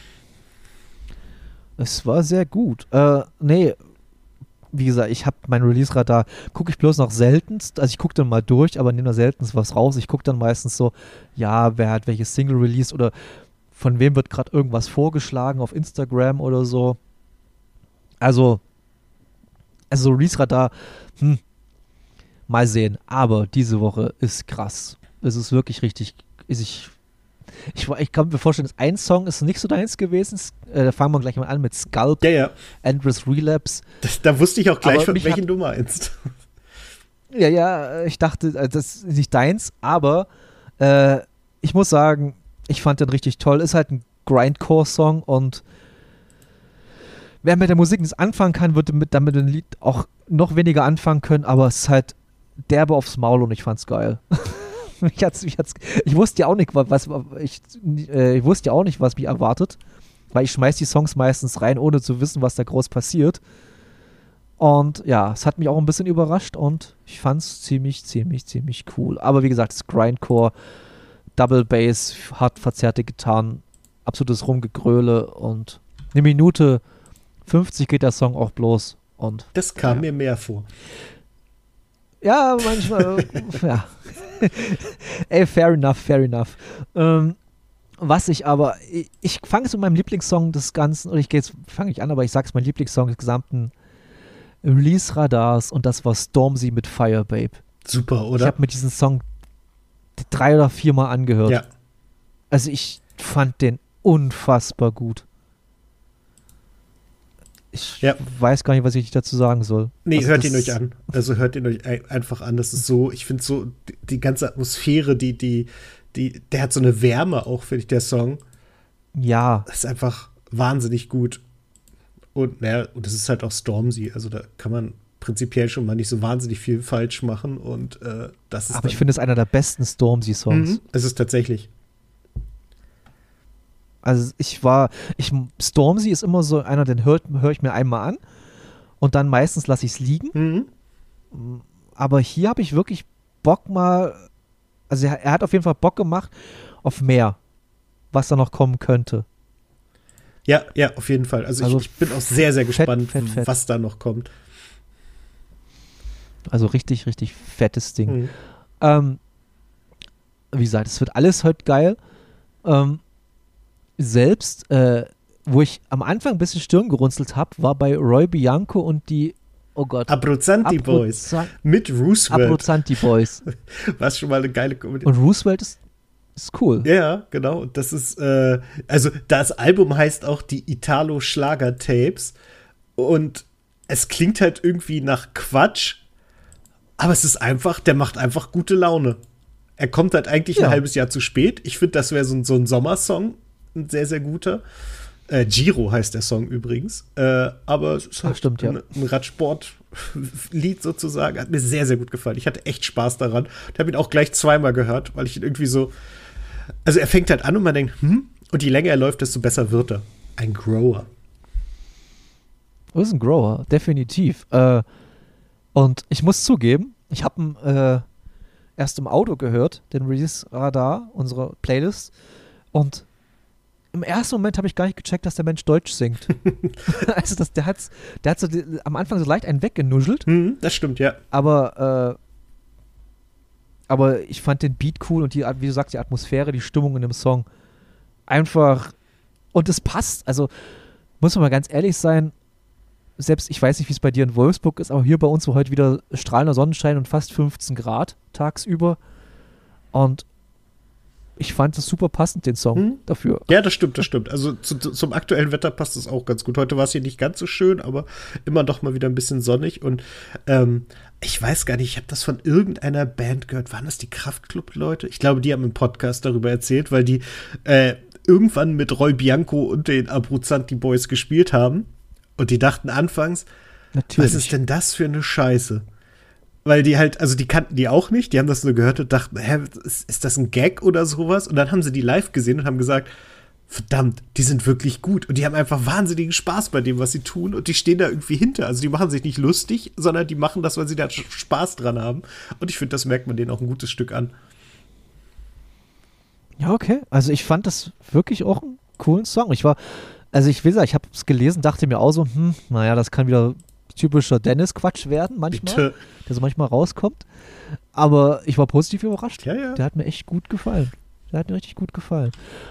Es war sehr gut. Nee, wie gesagt, ich habe mein Release-Radar, gucke ich bloß noch seltenst, also ich gucke dann mal durch, aber nehme da seltenst was raus. Ich gucke dann meistens so, ja, wer hat welches Single released oder von wem wird gerade irgendwas vorgeschlagen auf Instagram oder so. Also Release-Radar, mal sehen. Aber diese Woche ist krass. Es ist wirklich richtig, ich kann mir vorstellen, dass ein Song ist nicht so deins gewesen. Da fangen wir gleich mal an mit Sculpt,
Ja.
Endless Relapse.
Da wusste ich auch gleich,
Aber
von
mich
welchen du meinst.
Ja, ich dachte, das ist nicht deins, aber ich muss sagen, ich fand den richtig toll. Ist halt ein Grindcore-Song und wer mit der Musik nichts anfangen kann, wird damit dem Lied auch noch weniger anfangen können, aber es ist halt derbe aufs Maul und ich fand's geil. Ich wusste ja auch nicht, was mich erwartet, weil ich schmeiß die Songs meistens rein, ohne zu wissen, was da groß passiert. Und ja, es hat mich auch ein bisschen überrascht und ich fand's ziemlich cool. Aber wie gesagt, das Grindcore, Double Bass, hart verzerrte Gitarren, absolutes Rumgegröle und 1 Minute 50 geht der Song auch bloß. Und
Das kam mir mehr vor.
ja, manchmal, ja. Ey, fair enough. Was ich aber, ich fange jetzt mit meinem Lieblingssong des Ganzen, oder fange ich an, aber ich sag's, mein Lieblingssong des gesamten Release-Radars und das war Stormzy mit Fire Babe.
Super, oder?
Ich habe mir diesen Song 3 oder 4 Mal angehört.
Ja.
Also ich fand den unfassbar gut. Ich weiß gar nicht, was ich dazu sagen soll.
Nee,
also
hört ihn euch an. Also hört ihn euch einfach an. Das ist so, ich finde so, die ganze Atmosphäre, der hat so eine Wärme auch, finde ich, der Song.
Ja.
Das ist einfach wahnsinnig gut. Und das ist halt auch Stormzy. Also da kann man prinzipiell schon mal nicht so wahnsinnig viel falsch machen. Und das ist.
Aber ich finde es einer der besten Stormzy-Songs.
Es ist tatsächlich.
Also Stormzy ist immer so einer, den hör ich mir einmal an und dann meistens lasse ich es liegen. Aber hier habe ich wirklich Bock mal, also er hat auf jeden Fall Bock gemacht auf mehr, was da noch kommen könnte.
Ja, auf jeden Fall. Also ich bin auch sehr, sehr gespannt,
fett.
was da noch kommt.
Also richtig, richtig fettes Ding. Wie gesagt, es wird alles heute geil. Selbst, wo ich am Anfang ein bisschen Stirn gerunzelt habe, war bei Roy Bianco und die, oh Gott.
Abruzzanti Boys. Mit Roosevelt.
Abruzzanti Boys.
Was schon mal eine geile Komödie.
Und Roosevelt ist cool.
Ja, genau. Und das ist, also das Album heißt auch die Italo-Schlager-Tapes. Und es klingt halt irgendwie nach Quatsch, aber es ist einfach, der macht einfach gute Laune. Er kommt halt eigentlich ein halbes Jahr zu spät. Ich finde, das wäre so ein Sommersong. Ein sehr, sehr guter. Giro heißt der Song übrigens. Aber es ist halt
stimmt,
ein Radsport-Lied sozusagen. Hat mir sehr, sehr gut gefallen. Ich hatte echt Spaß daran. Ich habe ihn auch gleich 2-mal gehört, weil ich ihn irgendwie so. Also er fängt halt an und man denkt, und je länger er läuft, desto besser wird er. Ein Grower.
Das ist ein Grower, definitiv. Und ich muss zugeben, ich habe ihn erst im Auto gehört, den Release-Radar, unsere Playlist. Und im ersten Moment habe ich gar nicht gecheckt, dass der Mensch Deutsch singt. Also der hat so am Anfang so leicht einen weggenuschelt.
Das stimmt, ja.
Aber ich fand den Beat cool und wie du sagst, die Atmosphäre, die Stimmung in dem Song einfach, und es passt. Also muss man mal ganz ehrlich sein, selbst ich weiß nicht, wie es bei dir in Wolfsburg ist, aber hier bei uns war heute wieder strahlender Sonnenschein und fast 15 Grad tagsüber. Und ich fand es super passend, den Song dafür.
Ja, das stimmt. Also zum aktuellen Wetter passt es auch ganz gut. Heute war es hier nicht ganz so schön, aber immer doch mal wieder ein bisschen sonnig. Und ich weiß gar nicht, ich habe das von irgendeiner Band gehört. Waren das die Kraftklub-Leute? Ich glaube, die haben im Podcast darüber erzählt, weil die irgendwann mit Roy Bianco und den Abruzzanti Boys gespielt haben. Und die dachten anfangs,
Natürlich.
Was ist denn das für eine Scheiße? Weil die halt, also die kannten die auch nicht, die haben das nur gehört und dachten, hä, ist das ein Gag oder sowas? Und dann haben sie die live gesehen und haben gesagt, verdammt, die sind wirklich gut. Und die haben einfach wahnsinnigen Spaß bei dem, was sie tun. Und die stehen da irgendwie hinter. Also die machen sich nicht lustig, sondern die machen das, weil sie da Spaß dran haben. Und ich finde, das merkt man denen auch ein gutes Stück an.
Ja, okay. Also ich fand das wirklich auch einen coolen Song. Ich will sagen, ich habe es gelesen, dachte mir auch so, naja, das kann wieder typischer Dennis-Quatsch werden manchmal,
Bitte.
der so manchmal rauskommt. Aber ich war positiv überrascht.
Ja.
Der hat mir echt gut gefallen. Der hat mir richtig gut gefallen.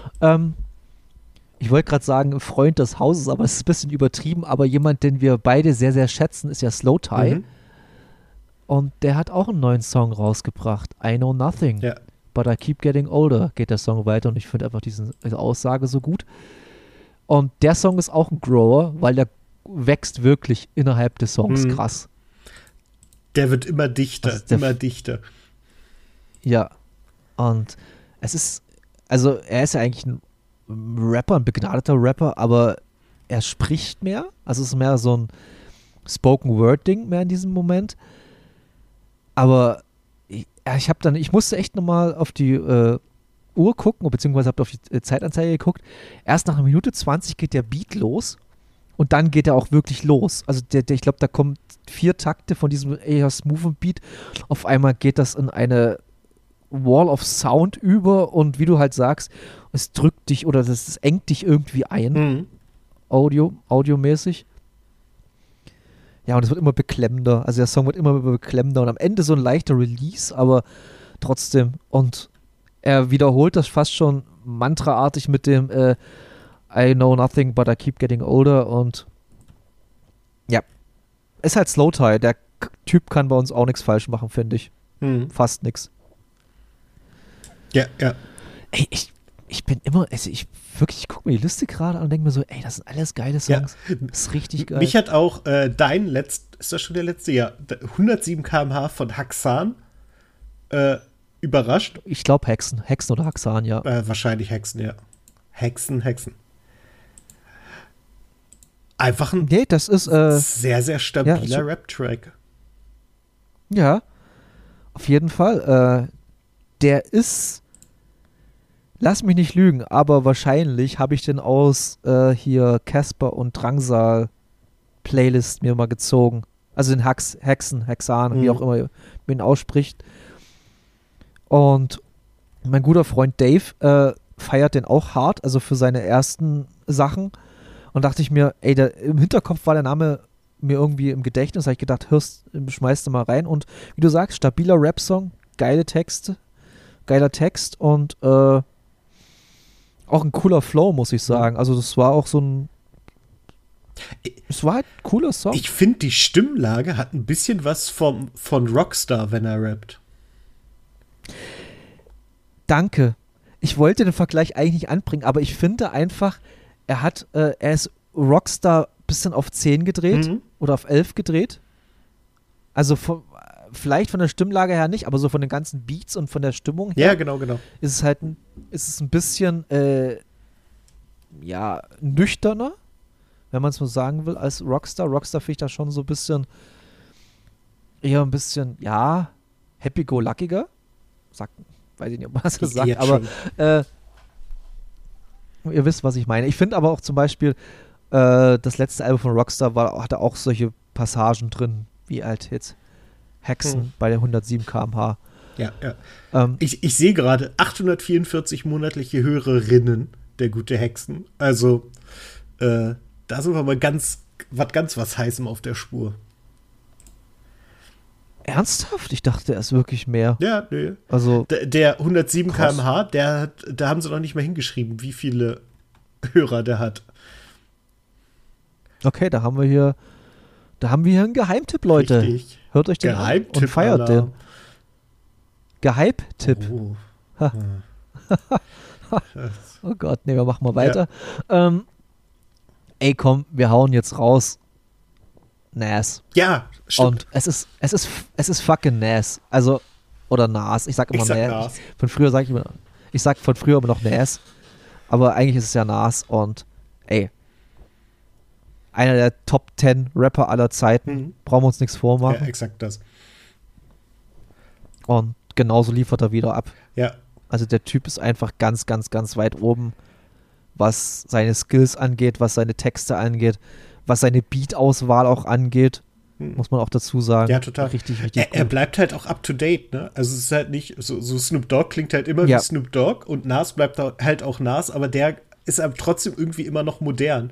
Ich wollte gerade sagen, Freund des Hauses, aber es ist ein bisschen übertrieben, aber jemand, den wir beide sehr, sehr schätzen, ist ja Slow Tie. Und der hat auch einen neuen Song rausgebracht, I Know Nothing.
Ja.
But I Keep Getting Older geht der Song weiter und ich finde einfach diese Aussage so gut. Und der Song ist auch ein Grower, weil der wächst wirklich innerhalb des Songs krass.
Der wird immer dichter,
Also
immer dichter.
Ja. Und es ist, also er ist ja eigentlich ein Rapper, ein begnadeter Rapper, aber er spricht mehr. Also es ist mehr so ein Spoken-Word-Ding mehr in diesem Moment. Aber ich musste echt nochmal auf die Uhr gucken, beziehungsweise habe auf die Zeitanzeige geguckt. Erst nach 1:20 geht der Beat los und dann geht er auch wirklich los. Also ich glaube, da kommen 4 Takte von diesem eher smoothen Beat. Auf einmal geht das in eine Wall of Sound über und wie du halt sagst, es drückt dich oder es engt dich irgendwie ein, audiomäßig. Ja, und es wird immer beklemmender. Also der Song wird immer beklemmender und am Ende so ein leichter Release, aber trotzdem. Und er wiederholt das fast schon mantraartig mit dem I know nothing, but I keep getting older und ja, ist halt Slow Tie. Der Typ kann bei uns auch nichts falsch machen, finde ich. Fast nichts.
Ja.
Ey, ich bin immer, also ich gucke mir die Liste gerade an und denke mir so, ey, das sind alles geile Songs. Ja. Das ist richtig geil.
Mich hat auch ist das schon der letzte? Ja, 107 km/h von Haxan überrascht.
Ich glaube Hexen oder Haxan, ja.
Wahrscheinlich Hexen, ja. Hexen. Einfach ein
das ist,
sehr, sehr stabiler Rap-Track.
Ja, auf jeden Fall. Der ist, lass mich nicht lügen, aber wahrscheinlich habe ich den aus hier Casper und Drangsal Playlist mir mal gezogen. Also den Hexan, wie auch immer man ihn ausspricht. Und mein guter Freund Dave feiert den auch hart, also für seine ersten Sachen. Und dachte ich mir, ey, im Hinterkopf war der Name mir irgendwie im Gedächtnis. Habe ich gedacht, schmeißt du mal rein. Und wie du sagst, stabiler Rap-Song, geiler Text und auch ein cooler Flow, muss ich sagen. Also das war auch es war halt ein cooler Song.
Ich finde, die Stimmlage hat ein bisschen was von Rockstar, wenn er rappt.
Danke. Ich wollte den Vergleich eigentlich nicht anbringen, aber ich finde einfach, er ist Rockstar ein bisschen auf 10 gedreht oder auf 11 gedreht. Also vielleicht von der Stimmlage her nicht, aber so von den ganzen Beats und von der Stimmung her.
Ja, genau.
Ist es ein bisschen nüchterner, wenn man es so sagen will, als Rockstar. Rockstar finde ich da schon so ein bisschen happy-go-luckiger. Weiß ich nicht, ob man das so sagt,
jetzt
aber ihr wisst, was ich meine. Ich finde aber auch zum Beispiel das letzte Album von Rockstar hatte auch solche Passagen drin, wie halt jetzt Hexen bei der 107 km/h.
Ja. Ich sehe gerade 844 monatliche Hörerinnen, der gute Hexen. Also da sind wir mal ganz was Heißem auf der Spur.
Ernsthaft? Ich dachte, er ist wirklich mehr.
Ja, nee.
Also
der 107 km/h, da haben sie noch nicht mal hingeschrieben, wie viele Hörer der hat.
Okay, da haben wir hier einen Geheimtipp, Leute.
Richtig.
Hört euch den an und feiert den. Geheimtipp.
Oh.
Oh Gott, nee, wir machen mal weiter. Ja. Ey, komm, wir hauen jetzt raus. Nas.
Ja, stimmt.
Und es ist fucking Nas. Also, oder Nas. Ich sag immer Nas. Von früher ich sag von früher immer noch Nas. Aber eigentlich ist es ja Nas und ey. einer der Top 10 Rapper aller Zeiten. Brauchen wir uns nichts vormachen.
Ja, exakt das.
Und genauso liefert er wieder ab.
Ja.
Also der Typ ist einfach ganz, ganz, ganz weit oben, was seine Skills angeht, was seine Texte angeht, was seine Beat-Auswahl auch angeht. Muss man auch dazu sagen.
Ja, total.
Richtig, richtig gut.
Er bleibt halt auch up to date, ne? Also es ist halt nicht, so Snoop Dogg klingt halt immer wie Snoop Dogg und Nas bleibt halt auch Nas, aber der ist aber trotzdem irgendwie immer noch modern.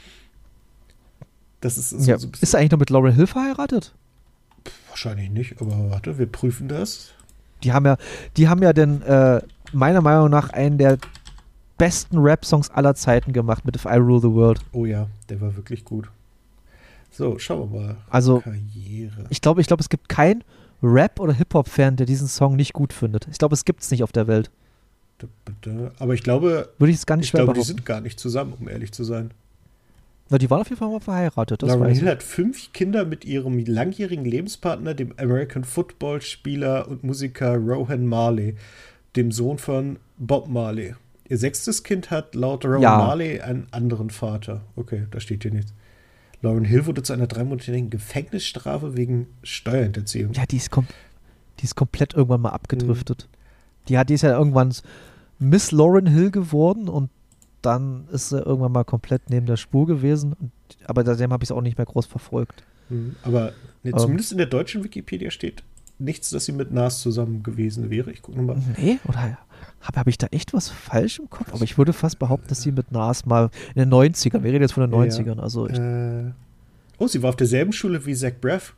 Das ist so ein bisschen.
Ist er eigentlich noch mit Lauryn Hill verheiratet?
Wahrscheinlich nicht, aber warte, wir prüfen das.
Die haben ja den, meiner Meinung nach, einen der besten Rap-Songs aller Zeiten gemacht mit If I Rule the World.
Oh ja, der war wirklich gut. So, schauen wir mal.
Also,
Karriere.
Ich glaube, es gibt keinen Rap- oder Hip-Hop-Fan, der diesen Song nicht gut findet. Ich glaube, es gibt es nicht auf der Welt.
Aber ich glaube,
würde ich es gar nicht schwer behaupten.
Die sind gar nicht zusammen, um ehrlich zu sein.
Na, die waren auf jeden Fall mal verheiratet.
Lauryn Hill hat 5 Kinder mit ihrem langjährigen Lebenspartner, dem American Football-Spieler und Musiker Rohan Marley, dem Sohn von Bob Marley. Ihr 6. Kind hat laut Rohan Marley einen anderen Vater. Okay, da steht hier nichts. Lauryn Hill wurde zu einer 3-monatigen Gefängnisstrafe wegen Steuerhinterziehung.
Ja, die ist komplett irgendwann mal abgedriftet. Die ist ja irgendwann Miss Lauryn Hill geworden und dann ist sie irgendwann mal komplett neben der Spur gewesen. Aber seitdem habe ich es auch nicht mehr groß verfolgt.
Aber zumindest in der deutschen Wikipedia steht nichts, dass sie mit Nas zusammen gewesen wäre. Ich gucke nochmal.
Nee, oder habe ich da echt was falsch im Kopf? Aber ich würde fast behaupten, dass sie mit Nas mal in den 90ern, wir reden jetzt von den 90ern. Also
sie war auf derselben Schule wie Zach Braff.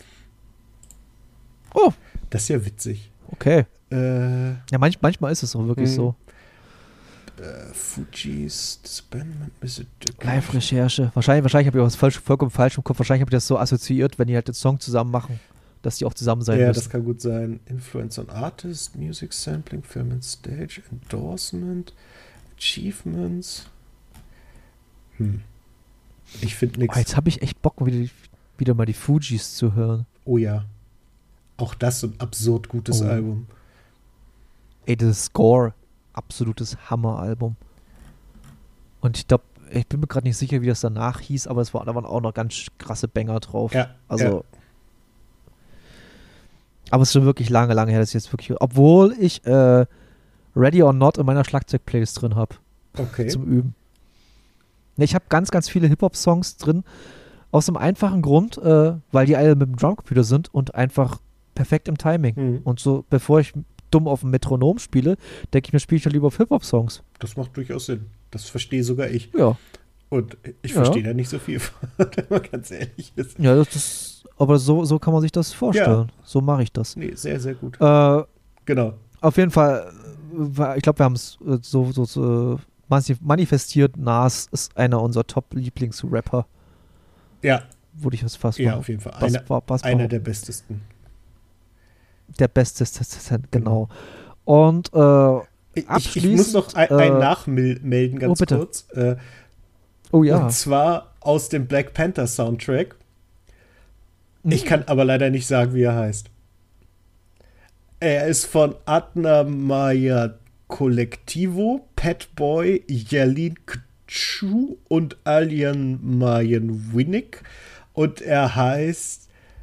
Oh.
Das ist ja witzig.
Okay. Ja, manchmal ist es auch wirklich so.
Fugees, Disbandment,
Live-Recherche. Wahrscheinlich habe ich auch vollkommen falsch im Kopf. Wahrscheinlich habe ich das so assoziiert, wenn die halt den Song zusammen machen, dass die auch zusammen sein müssen.
Ja, das kann gut sein. Influence on Artist, Music Sampling, Film and Stage, Endorsement, Achievements. Ich finde nichts.
Jetzt habe ich echt Bock, wieder mal die Fugees zu hören.
Oh ja. Auch das so ein absurd gutes Album.
Ey, das Score, absolutes Hammeralbum. Und ich glaube, ich bin mir gerade nicht sicher, wie das danach hieß, aber da waren auch noch ganz krasse Banger drauf.
Ja.
Also. Aber es ist schon wirklich lange her, dass ich jetzt wirklich. Obwohl ich Ready or Not in meiner Schlagzeug-Playlist drin habe.
Okay.
Zum Üben. Ich habe ganz, ganz viele Hip-Hop-Songs drin. Aus einem einfachen Grund, weil die alle mit dem Drumcomputer sind und einfach perfekt im Timing. Und so, bevor ich dumm auf dem Metronom spiele, denke ich mir, spiele ich lieber auf Hip-Hop-Songs.
Das macht durchaus Sinn. Das verstehe sogar ich.
Ja.
Und ich verstehe da nicht so viel von, wenn man ganz ehrlich ist.
Ja, aber so kann man sich das vorstellen. Ja. So mache ich das.
Nee, sehr, sehr gut.
Genau. Auf jeden Fall, ich glaube, wir haben es so manifestiert. Nas ist einer unserer Top-Lieblings-Rapper.
Ja.
Würde ich das fast
machen. Ja, auf jeden Fall. Einer der bestesten.
Der Beste, genau. Und
ich muss noch ein nachmelden, ganz kurz.
Ja.
Und zwar aus dem Black Panther Soundtrack. Ich kann aber leider nicht sagen, wie er heißt. Er ist von Adna Maya Collectivo, Patboy, Yalin Kchu und Alian Mayan Winnick. Und er heißt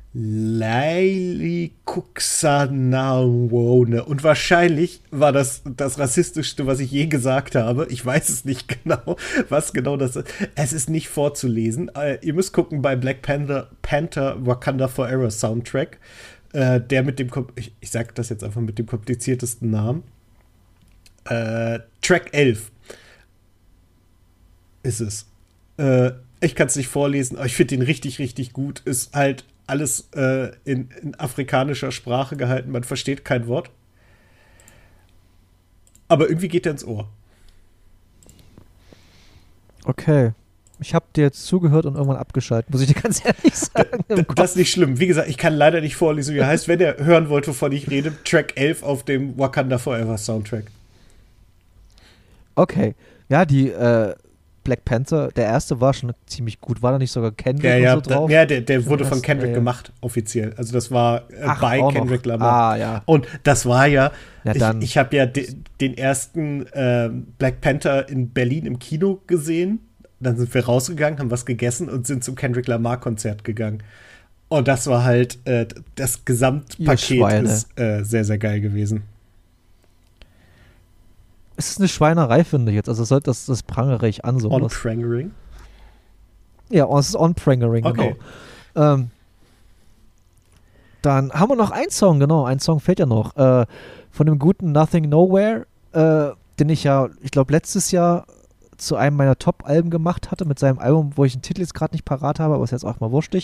Laili Kuxanawone. Und wahrscheinlich war das Rassistischste, was ich je gesagt habe. Ich weiß es nicht genau, was genau das ist. Es ist nicht vorzulesen. Ihr müsst gucken bei Black Panther Wakanda Forever Soundtrack. Der mit dem, ich sag das jetzt einfach mit dem kompliziertesten Namen. Track 11 ist es. Ich kann es nicht vorlesen, aber ich finde ihn richtig, richtig gut. Ist halt alles in afrikanischer Sprache gehalten. Man versteht kein Wort. Aber irgendwie geht er ins Ohr.
Okay. Ich habe dir jetzt zugehört und irgendwann abgeschaltet, muss ich dir ganz ehrlich sagen.
Das ist nicht schlimm. Wie gesagt, ich kann leider nicht vorlesen, wie er heißt. Wenn ihr hören wollt, wovon ich rede, Track 11 auf dem Wakanda Forever Soundtrack.
Okay. Ja, die Black Panther, der erste war schon ziemlich gut. War da nicht sogar Kendrick
so
drauf?
Ja, der wurde von Kendrick gemacht, offiziell. Also das war bei Kendrick Lamar.
Ja.
Und das war ja
dann.
Ich habe ja den ersten Black Panther in Berlin im Kino gesehen. Dann sind wir rausgegangen, haben was gegessen und sind zum Kendrick Lamar-Konzert gegangen. Und das war halt, das Gesamtpaket ist sehr, sehr geil gewesen.
Es ist eine Schweinerei, finde ich jetzt. Also das prangere ich an, sowas.
On-Prangering?
Ja, es ist On-Prangering,
okay.
Genau. Dann haben wir noch einen Song, genau. Ein Song fehlt ja noch. Von dem guten Nothing Nowhere, den ich glaube, letztes Jahr zu einem meiner Top-Alben gemacht hatte, mit seinem Album, wo ich den Titel jetzt gerade nicht parat habe, aber ist jetzt auch mal wurstig.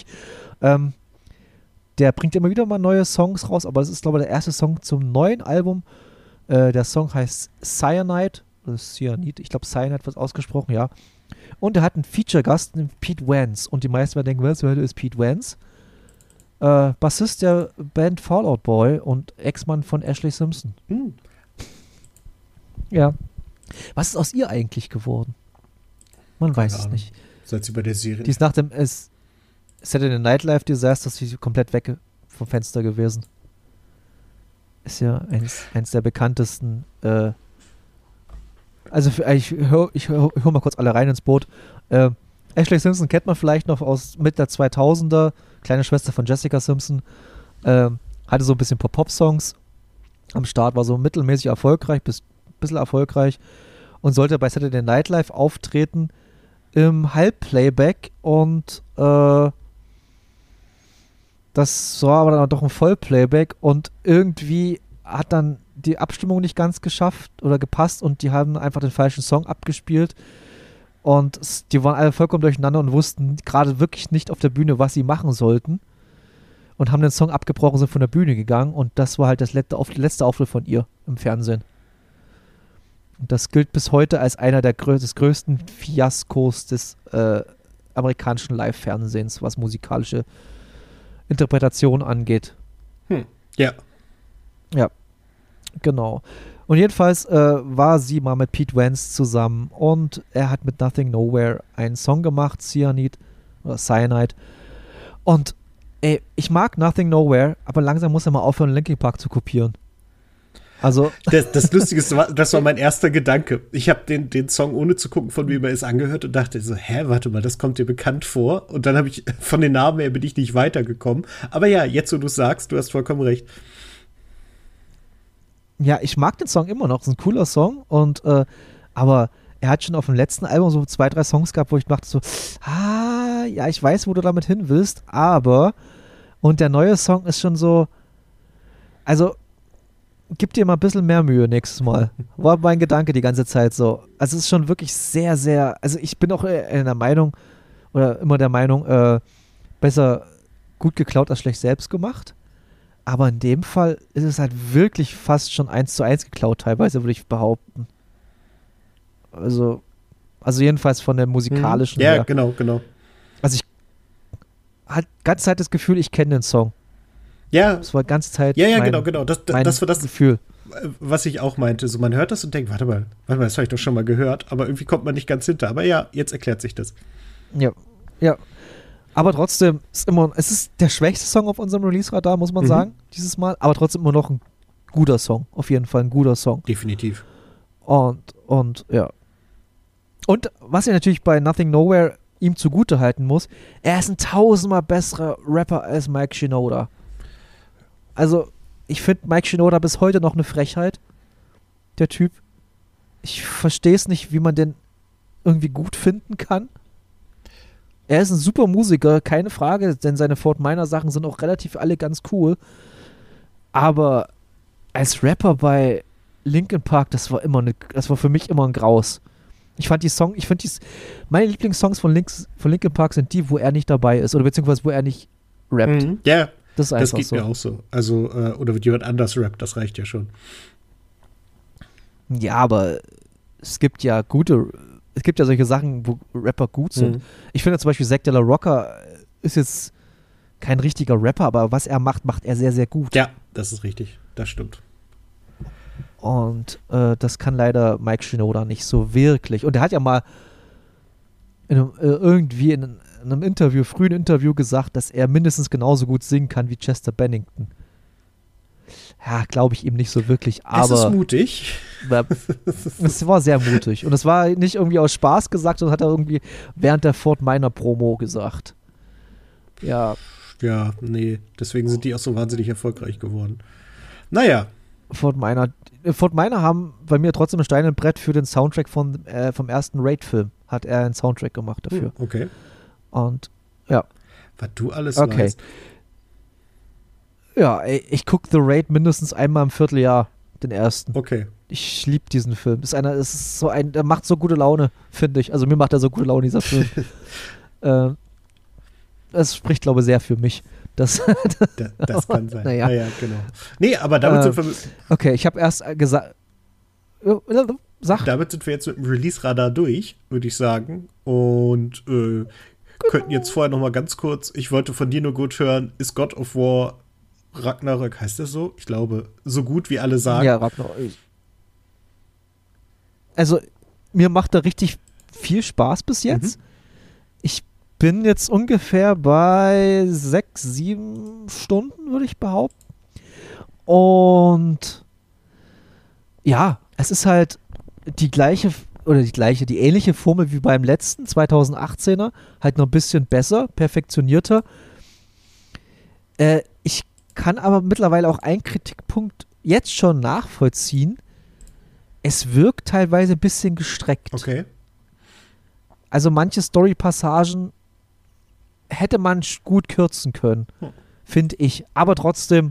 Der bringt immer wieder mal neue Songs raus, aber das ist, glaube ich, der erste Song zum neuen Album. Der Song heißt Cyanide, oder Cyanide, ich glaube Cyanide wird ausgesprochen, ja. Und er hat einen Feature-Gast, den Pete Wentz. Und die meisten werden denken, wer ist Pete Wentz? Bassist der Band Fall Out Boy und Ex-Mann von Ashlee Simpson. Ja. Was ist aus ihr eigentlich geworden? Man weiß es nicht.
Seit sie bei der Serie.
Die ist nach dem Saturday Night Live Disaster komplett weg vom Fenster gewesen. Ist ja eins der bekanntesten. Ich hör mal kurz alle rein ins Boot. Ashlee Simpson kennt man vielleicht noch aus Mitte der 2000er, kleine Schwester von Jessica Simpson. Hatte so ein bisschen Pop-Songs am Start, war so mittelmäßig erfolgreich, bis ein bisschen erfolgreich und sollte bei Saturday Night Live auftreten im Halbplayback und das war aber dann doch ein Vollplayback und irgendwie hat dann die Abstimmung nicht ganz geschafft oder gepasst und die haben einfach den falschen Song abgespielt und die waren alle vollkommen durcheinander und wussten gerade wirklich nicht auf der Bühne, was sie machen sollten und haben den Song abgebrochen, sind von der Bühne gegangen und das war halt das letzte Auftritt von ihr im Fernsehen. Und das gilt bis heute als einer des größten Fiaskos des amerikanischen Live-Fernsehens, was musikalische Interpretation angeht.
Ja.
Ja, genau. Und jedenfalls war sie mal mit Pete Wentz zusammen und er hat mit Nothing Nowhere einen Song gemacht, Cyanide oder Cyanide. Und ich mag Nothing Nowhere, aber langsam muss er mal aufhören, Linkin Park zu kopieren. Also
das Lustige ist, das war mein erster Gedanke. Ich habe den Song, ohne zu gucken, von wem er ist, angehört und dachte so, warte mal, das kommt dir bekannt vor. Und dann habe ich, von den Namen her bin ich nicht weitergekommen. Aber ja, jetzt, wo du es sagst, du hast vollkommen recht.
Ja, ich mag den Song immer noch, das ist ein cooler Song. Und aber er hat schon auf dem letzten Album so 2, 3 Songs gehabt, wo ich dachte so, ja, ich weiß, wo du damit hin willst, aber und der neue Song ist schon so, also gib dir mal ein bisschen mehr Mühe nächstes Mal. War mein Gedanke die ganze Zeit so. Also es ist schon wirklich sehr, sehr, also ich bin auch in der Meinung, oder immer der Meinung, besser gut geklaut als schlecht selbst gemacht. Aber in dem Fall ist es halt wirklich fast schon 1:1 geklaut teilweise, würde ich behaupten. Also jedenfalls von der musikalischen
Ja,
her.
genau.
Also ich hatte die ganze Zeit das Gefühl, ich kenne den Song.
Ja.
Das war die ganze Zeit
genau. Das war das
Gefühl.
Was ich auch meinte. So, man hört das und denkt, warte mal, das habe ich doch schon mal gehört. Aber irgendwie kommt man nicht ganz hinter. Aber ja, jetzt erklärt sich das.
Ja. Aber trotzdem, es ist der schwächste Song auf unserem Release-Radar, muss man sagen, dieses Mal. Aber trotzdem immer noch ein guter Song. Auf jeden Fall ein guter Song.
Definitiv.
Und ja. Und was ich natürlich bei Nothing Nowhere ihm zugute halten muss, er ist ein 1000-mal besserer Rapper als Mike Shinoda. Also, ich finde Mike Shinoda bis heute noch eine Frechheit, der Typ. Ich verstehe es nicht, wie man den irgendwie gut finden kann. Er ist ein super Musiker, keine Frage, denn seine Fort Minor Sachen sind auch relativ alle ganz cool. Aber als Rapper bei Linkin Park, das war für mich immer ein Graus. Meine Lieblingssongs von Linkin Park sind die, wo er nicht dabei ist oder beziehungsweise wo er nicht rappt.
Ja,
das ist einfach
das geht mir auch so. Also, oder wird jemand anders rappt, das reicht ja schon.
Ja, aber es gibt ja solche Sachen, wo Rapper gut sind. Ich finde zum Beispiel Zack de la Rocca ist jetzt kein richtiger Rapper, aber was er macht er sehr, sehr gut.
Ja, das ist richtig. Das stimmt.
Und das kann leider Mike Shinoda nicht so wirklich. Und er hat ja mal in einem frühen Interview gesagt, dass er mindestens genauso gut singen kann wie Chester Bennington. ja, glaube ich ihm nicht so wirklich. Aber
es ist mutig.
Es war sehr mutig. Und es war nicht irgendwie aus Spaß gesagt, sondern hat er irgendwie während der Fort Minor Promo gesagt. Ja.
Ja, nee, deswegen sind die auch so wahnsinnig erfolgreich geworden. Naja.
Fort Minor haben bei mir trotzdem ein Stein im Brett für den Soundtrack vom ersten Raid-Film. Hat er einen Soundtrack gemacht dafür.
Okay.
Und ja.
Was du alles weißt.
Ja, ey, ich gucke The Raid mindestens einmal im Vierteljahr, den ersten.
Okay.
Ich liebe diesen Film. Der macht so gute Laune, finde ich. Also mir macht er so gute Laune, dieser Film. Das spricht, glaube ich, sehr für mich. Das
kann sein.
Naja,
genau. Nee, aber damit sind wir.
Okay, ich habe erst gesagt.
Damit sind wir jetzt mit dem Release-Radar durch, würde ich sagen. Und könnten jetzt vorher noch mal ganz kurz, ich wollte von dir nur gut hören, ist God of War Ragnarök, heißt das so? Ich glaube, so gut wie alle sagen.
Ja, Ragnarök. Also, mir macht er richtig viel Spaß bis jetzt. Ich bin jetzt ungefähr bei 6, 7 Stunden, würde ich behaupten. Und ja, es ist halt die ähnliche Formel wie beim letzten 2018er, halt noch ein bisschen besser, perfektionierter. Ich kann aber mittlerweile auch einen Kritikpunkt jetzt schon nachvollziehen. Es wirkt teilweise ein bisschen gestreckt.
Okay.
Also manche Story-Passagen hätte man gut kürzen können, finde ich. Aber trotzdem,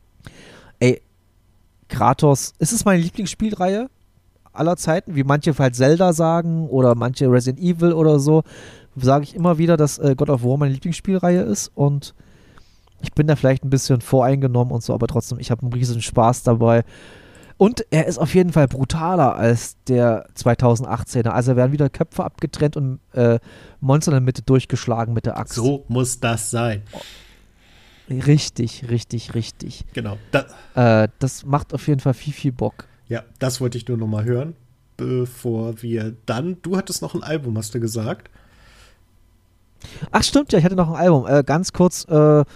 Kratos, es ist meine Lieblingsspielreihe aller Zeiten, wie manche halt Zelda sagen oder manche Resident Evil oder so, sage ich immer wieder, dass God of War meine Lieblingsspielreihe ist und ich bin da vielleicht ein bisschen voreingenommen und so, aber trotzdem, ich habe einen riesen Spaß dabei. Und er ist auf jeden Fall brutaler als der 2018er. Also werden wieder Köpfe abgetrennt und Monster in der Mitte durchgeschlagen mit der Axt.
So muss das sein.
Richtig.
Genau.
Das macht auf jeden Fall viel Bock.
Ja, das wollte ich nur noch mal hören, bevor wir dann, du hattest noch ein Album, hast du gesagt?
Ach stimmt, ja, ich hatte noch ein Album. Ganz kurz,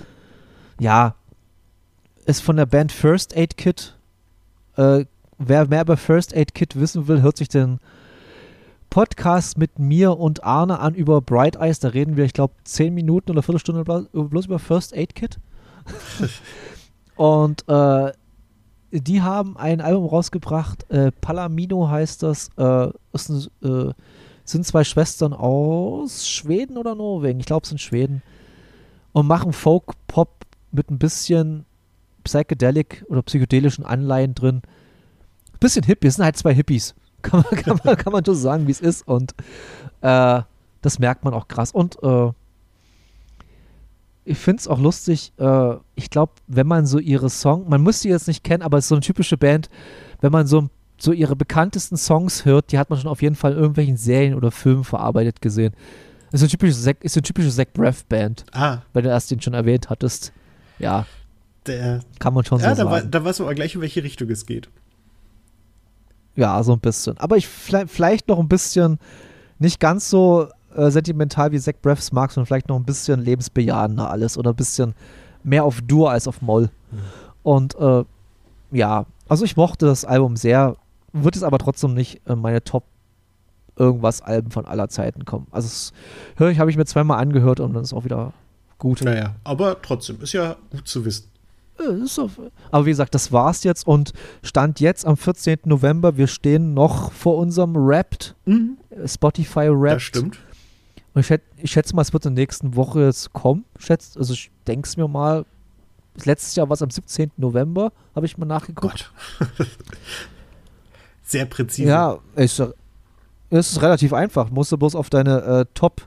ist von der Band First Aid Kit. Wer mehr über First Aid Kit wissen will, hört sich den Podcast mit mir und Arne an über Bright Eyes. Da reden wir, ich glaube, 10 Minuten oder Viertelstunde bloß über First Aid Kit. Und die haben ein Album rausgebracht, Palomino heißt das. Sind 2 Schwestern aus Schweden oder Norwegen. Ich glaube, es sind Schweden. Und machen Folk-Pop mit ein bisschen Psychedelic oder psychedelischen Anleihen drin. Bisschen Hippie, es sind halt 2 Hippies. Kann man so sagen, wie es ist. Und das merkt man auch krass. Und ich finde es auch lustig, ich glaube, wenn man so ihre man muss sie jetzt nicht kennen, aber es ist so eine typische Band, wenn man so ihre bekanntesten Songs hört, die hat man schon auf jeden Fall in irgendwelchen Serien oder Filmen verarbeitet gesehen. Ist eine typische Zach Braff Band, weil du erst den schon erwähnt hattest. Ja, kann man schon so sagen.
Da weißt du aber gleich, in welche Richtung es geht.
Ja, so ein bisschen. Aber ich vielleicht noch ein bisschen, nicht ganz so sentimental wie Zach Braffs mag, sondern vielleicht noch ein bisschen lebensbejahender alles oder ein bisschen mehr auf Dur als auf Moll. Und also ich mochte das Album sehr, wird es aber trotzdem nicht meine Top irgendwas Alben von aller Zeiten kommen. Also habe ich mir 2-mal angehört und dann ist auch wieder gut.
Naja, aber trotzdem, ist ja gut zu wissen.
Aber wie gesagt, das war's jetzt und Stand jetzt am 14. November, wir stehen noch vor unserem Wrapped, Spotify Wrapped.
Das stimmt.
Und ich schätze mal, es wird in der nächsten Woche jetzt kommen. Also ich denke es mir mal, letztes Jahr war es am 17. November, habe ich mal nachgeguckt.
Gott. Sehr präzise.
Ja, es ist relativ einfach. Musst du bloß auf deine Top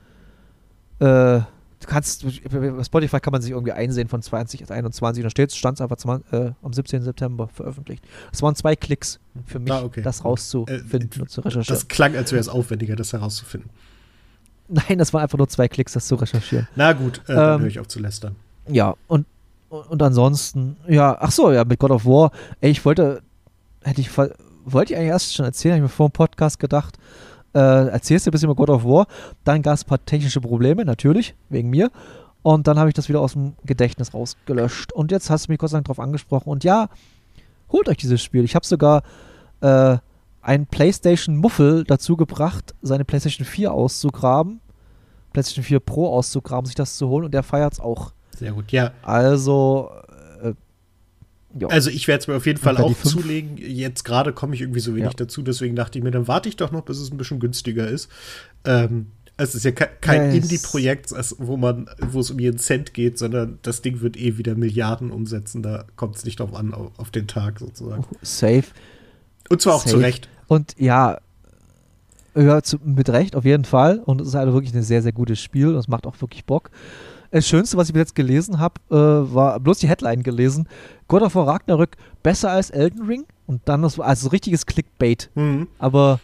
bei Spotify kann man sich irgendwie einsehen von 2021 und da stand es einfach am 17. September veröffentlicht. Es waren 2 Klicks für mich, das rauszufinden und zu recherchieren.
Das klang, als wäre es aufwendiger, das herauszufinden.
Nein, das waren einfach nur 2 Klicks, das zu recherchieren.
Na gut, dann höre ich auf zu lästern.
Ja, und ansonsten, mit God of War, wollte ich eigentlich erst schon erzählen, habe ich mir vor dem Podcast gedacht, erzählst du ein bisschen über God of War, dann gab es ein paar technische Probleme, natürlich, wegen mir, Und dann habe ich das wieder aus dem Gedächtnis rausgelöscht. Und jetzt hast du mich Gott sei Dank drauf angesprochen. Und ja, holt euch dieses Spiel. Ich habe sogar einen PlayStation-Muffel dazu gebracht, seine PlayStation 4 auszugraben, PlayStation 4 Pro auszugraben, sich das zu holen. Und der feiert es auch.
Sehr gut, ja.
Also, ja.
Also ich werde es mir auf jeden Fall auch zulegen. Jetzt gerade komme ich irgendwie so wenig dazu, deswegen dachte ich mir, dann warte ich doch noch, bis es ein bisschen günstiger ist. Es ist ja kein Indie-Projekt, wo es um jeden Cent geht, sondern das Ding wird wieder Milliarden umsetzen. Da kommt es nicht drauf an, auf den Tag sozusagen.
Safe.
Und zwar auch zu Recht.
Und ja, mit Recht auf jeden Fall. Und es ist halt wirklich ein sehr, sehr gutes Spiel. Und es macht auch wirklich Bock. Das Schönste, was ich bis jetzt gelesen habe, war bloß die Headline gelesen. God of War Ragnarök besser als Elden Ring. Und dann also richtiges Clickbait.
Mhm.
Aber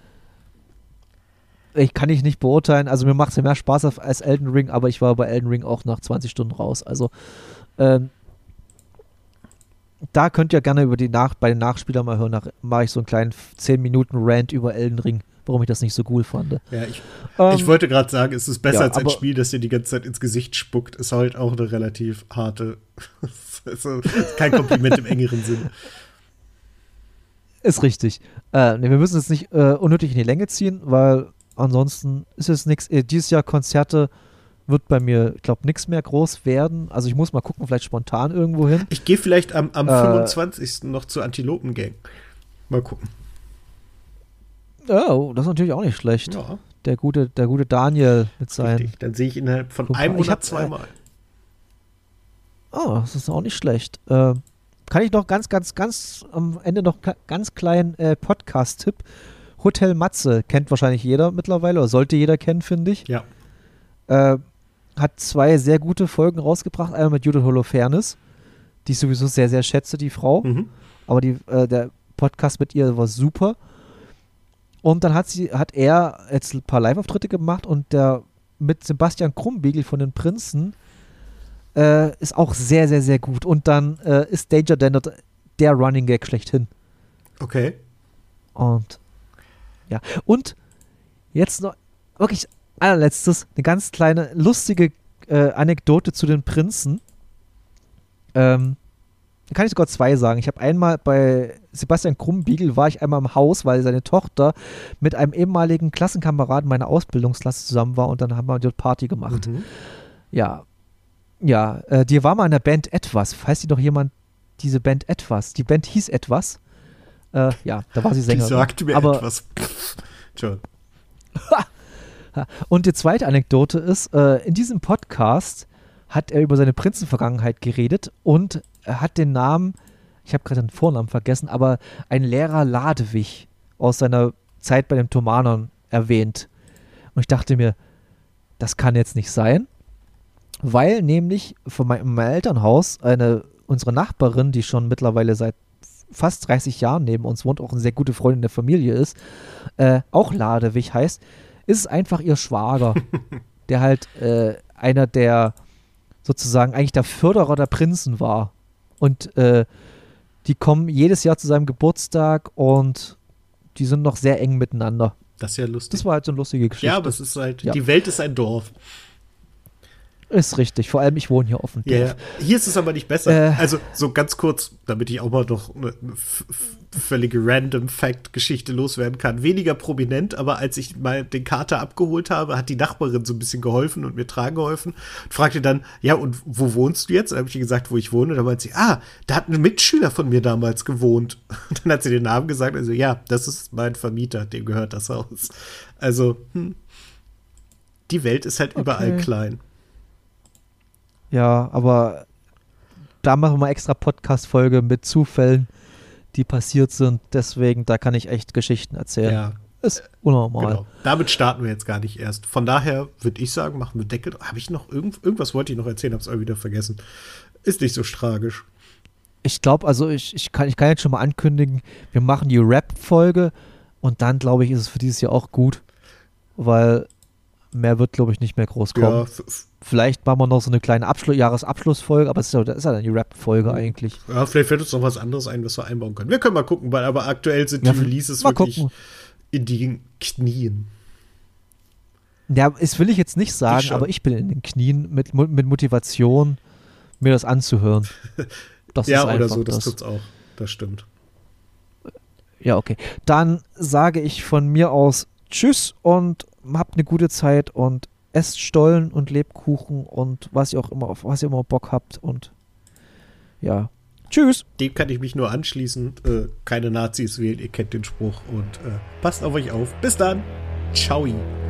ich kann nicht beurteilen. Also mir macht es ja mehr Spaß als Elden Ring, aber ich war bei Elden Ring auch nach 20 Stunden raus. Also da könnt ihr gerne bei den Nachspielern mal hören. Mache ich so einen kleinen 10-Minuten-Rant über Elden Ring, warum ich das nicht so cool fand.
Ja, ich wollte gerade sagen, es ist besser als ein Spiel, das dir die ganze Zeit ins Gesicht spuckt. Ist halt auch eine relativ harte, also kein Kompliment im engeren Sinne.
Ist richtig. Wir müssen es nicht unnötig in die Länge ziehen, weil ansonsten ist es nichts. Dieses Jahr Konzerte wird bei mir, ich glaube, nichts mehr groß werden. Also ich muss mal gucken, vielleicht spontan irgendwo hin.
Ich gehe vielleicht am 25. noch zur Antilopen-Gang. Mal gucken.
Oh, das ist natürlich auch nicht schlecht.
Ja.
Der gute Daniel mit seinen.
Richtig. Dann sehe ich innerhalb von einem Monat zweimal.
Oh, das ist auch nicht schlecht. Kann ich noch ganz am Ende noch ganz kleinen Podcast-Tipp. Hotel Matze kennt wahrscheinlich jeder mittlerweile, oder sollte jeder kennen, finde ich.
Ja.
Hat 2 sehr gute Folgen rausgebracht. Einmal mit Judith Holofernes, die ich sowieso sehr, sehr schätze, die Frau.
Mhm.
Aber der Podcast mit ihr war super. Und dann hat er jetzt ein paar Live-Auftritte gemacht und der mit Sebastian Krumbiegel von den Prinzen ist auch sehr, sehr, sehr gut. Und dann ist Danger Dan der Running Gag schlechthin.
Okay.
Und ja. Und jetzt noch wirklich allerletztes, eine ganz kleine, lustige Anekdote zu den Prinzen. Da kann ich sogar 2 sagen. Ich habe einmal bei Sebastian Krumbiegel war ich einmal im Haus, weil seine Tochter mit einem ehemaligen Klassenkameraden meiner Ausbildungsklasse zusammen war und dann haben wir dort Party gemacht.
Mhm.
Ja, die war mal in der Band Etwas. Weiß noch jemand diese Band Etwas? Die Band hieß Etwas. Ja, da war sie Sängerin.
Die sagte mir etwas. Schon.
Und die zweite Anekdote ist, in diesem Podcast hat er über seine Prinzenvergangenheit geredet und er hat den Namen, ich habe gerade den Vornamen vergessen, aber ein Lehrer Ladewig aus seiner Zeit bei den Thomanern erwähnt. Und ich dachte mir, das kann jetzt nicht sein, weil nämlich von meinem Elternhaus unsere Nachbarin, die schon mittlerweile seit fast 30 Jahren neben uns wohnt, auch eine sehr gute Freundin der Familie ist, auch Ladewig heißt, ist es einfach ihr Schwager, der halt einer der sozusagen eigentlich der Förderer der Prinzen war. Und die kommen jedes Jahr zu seinem Geburtstag und die sind noch sehr eng miteinander.
Das ist ja lustig.
Das war halt so eine lustige Geschichte.
Ja, aber es ist halt, die Welt ist ein Dorf.
Ist richtig, vor allem ich wohne hier auf dem Dorf.
Ja, hier ist es aber nicht besser. Also so ganz kurz, damit ich auch mal noch eine völlige random Fact-Geschichte loswerden kann. Weniger prominent, aber als ich mal den Kater abgeholt habe, hat die Nachbarin so ein bisschen geholfen und mir tragen geholfen und fragte dann, ja, und wo wohnst du jetzt? Dann habe ich ihr gesagt, wo ich wohne. Da meinte sie, da hat ein Mitschüler von mir damals gewohnt. Und dann hat sie den Namen gesagt, also ja, das ist mein Vermieter, dem gehört das Haus. Also, die Welt ist halt überall klein.
Ja, aber da machen wir mal extra Podcast-Folge mit Zufällen, die passiert sind. Deswegen, da kann ich echt Geschichten erzählen.
Ja.
Ist unnormal.
Genau. Damit starten wir jetzt gar nicht erst. Von daher würde ich sagen, machen wir Deckel. Habe ich noch irgendwas wollte ich noch erzählen, habe es auch wieder vergessen. Ist nicht so tragisch.
Ich glaube, also ich kann jetzt schon mal ankündigen, wir machen die Rap-Folge und dann, glaube ich, ist es für dieses Jahr auch gut, weil mehr wird, glaube ich, nicht mehr groß kommen. Ja, vielleicht machen wir noch so eine kleine Jahresabschlussfolge, aber das ist ja dann die Rap-Folge eigentlich.
Ja, vielleicht fällt uns noch was anderes ein, was wir einbauen können. Wir können mal gucken, weil aber aktuell sind die Releases wirklich in den Knien.
Ja, das will ich jetzt nicht sagen, aber ich bin in den Knien mit Motivation, mir das anzuhören. Das
ja,
ist einfach
oder so, das tut's auch. Das stimmt.
Ja, okay. Dann sage ich von mir aus Tschüss und habt eine gute Zeit und esst Stollen und Lebkuchen und was ihr auch immer, auf was ihr immer Bock habt und ja. Tschüss.
Dem kann ich mich nur anschließen. Keine Nazis wählen, ihr kennt den Spruch und passt auf euch auf. Bis dann. Ciao.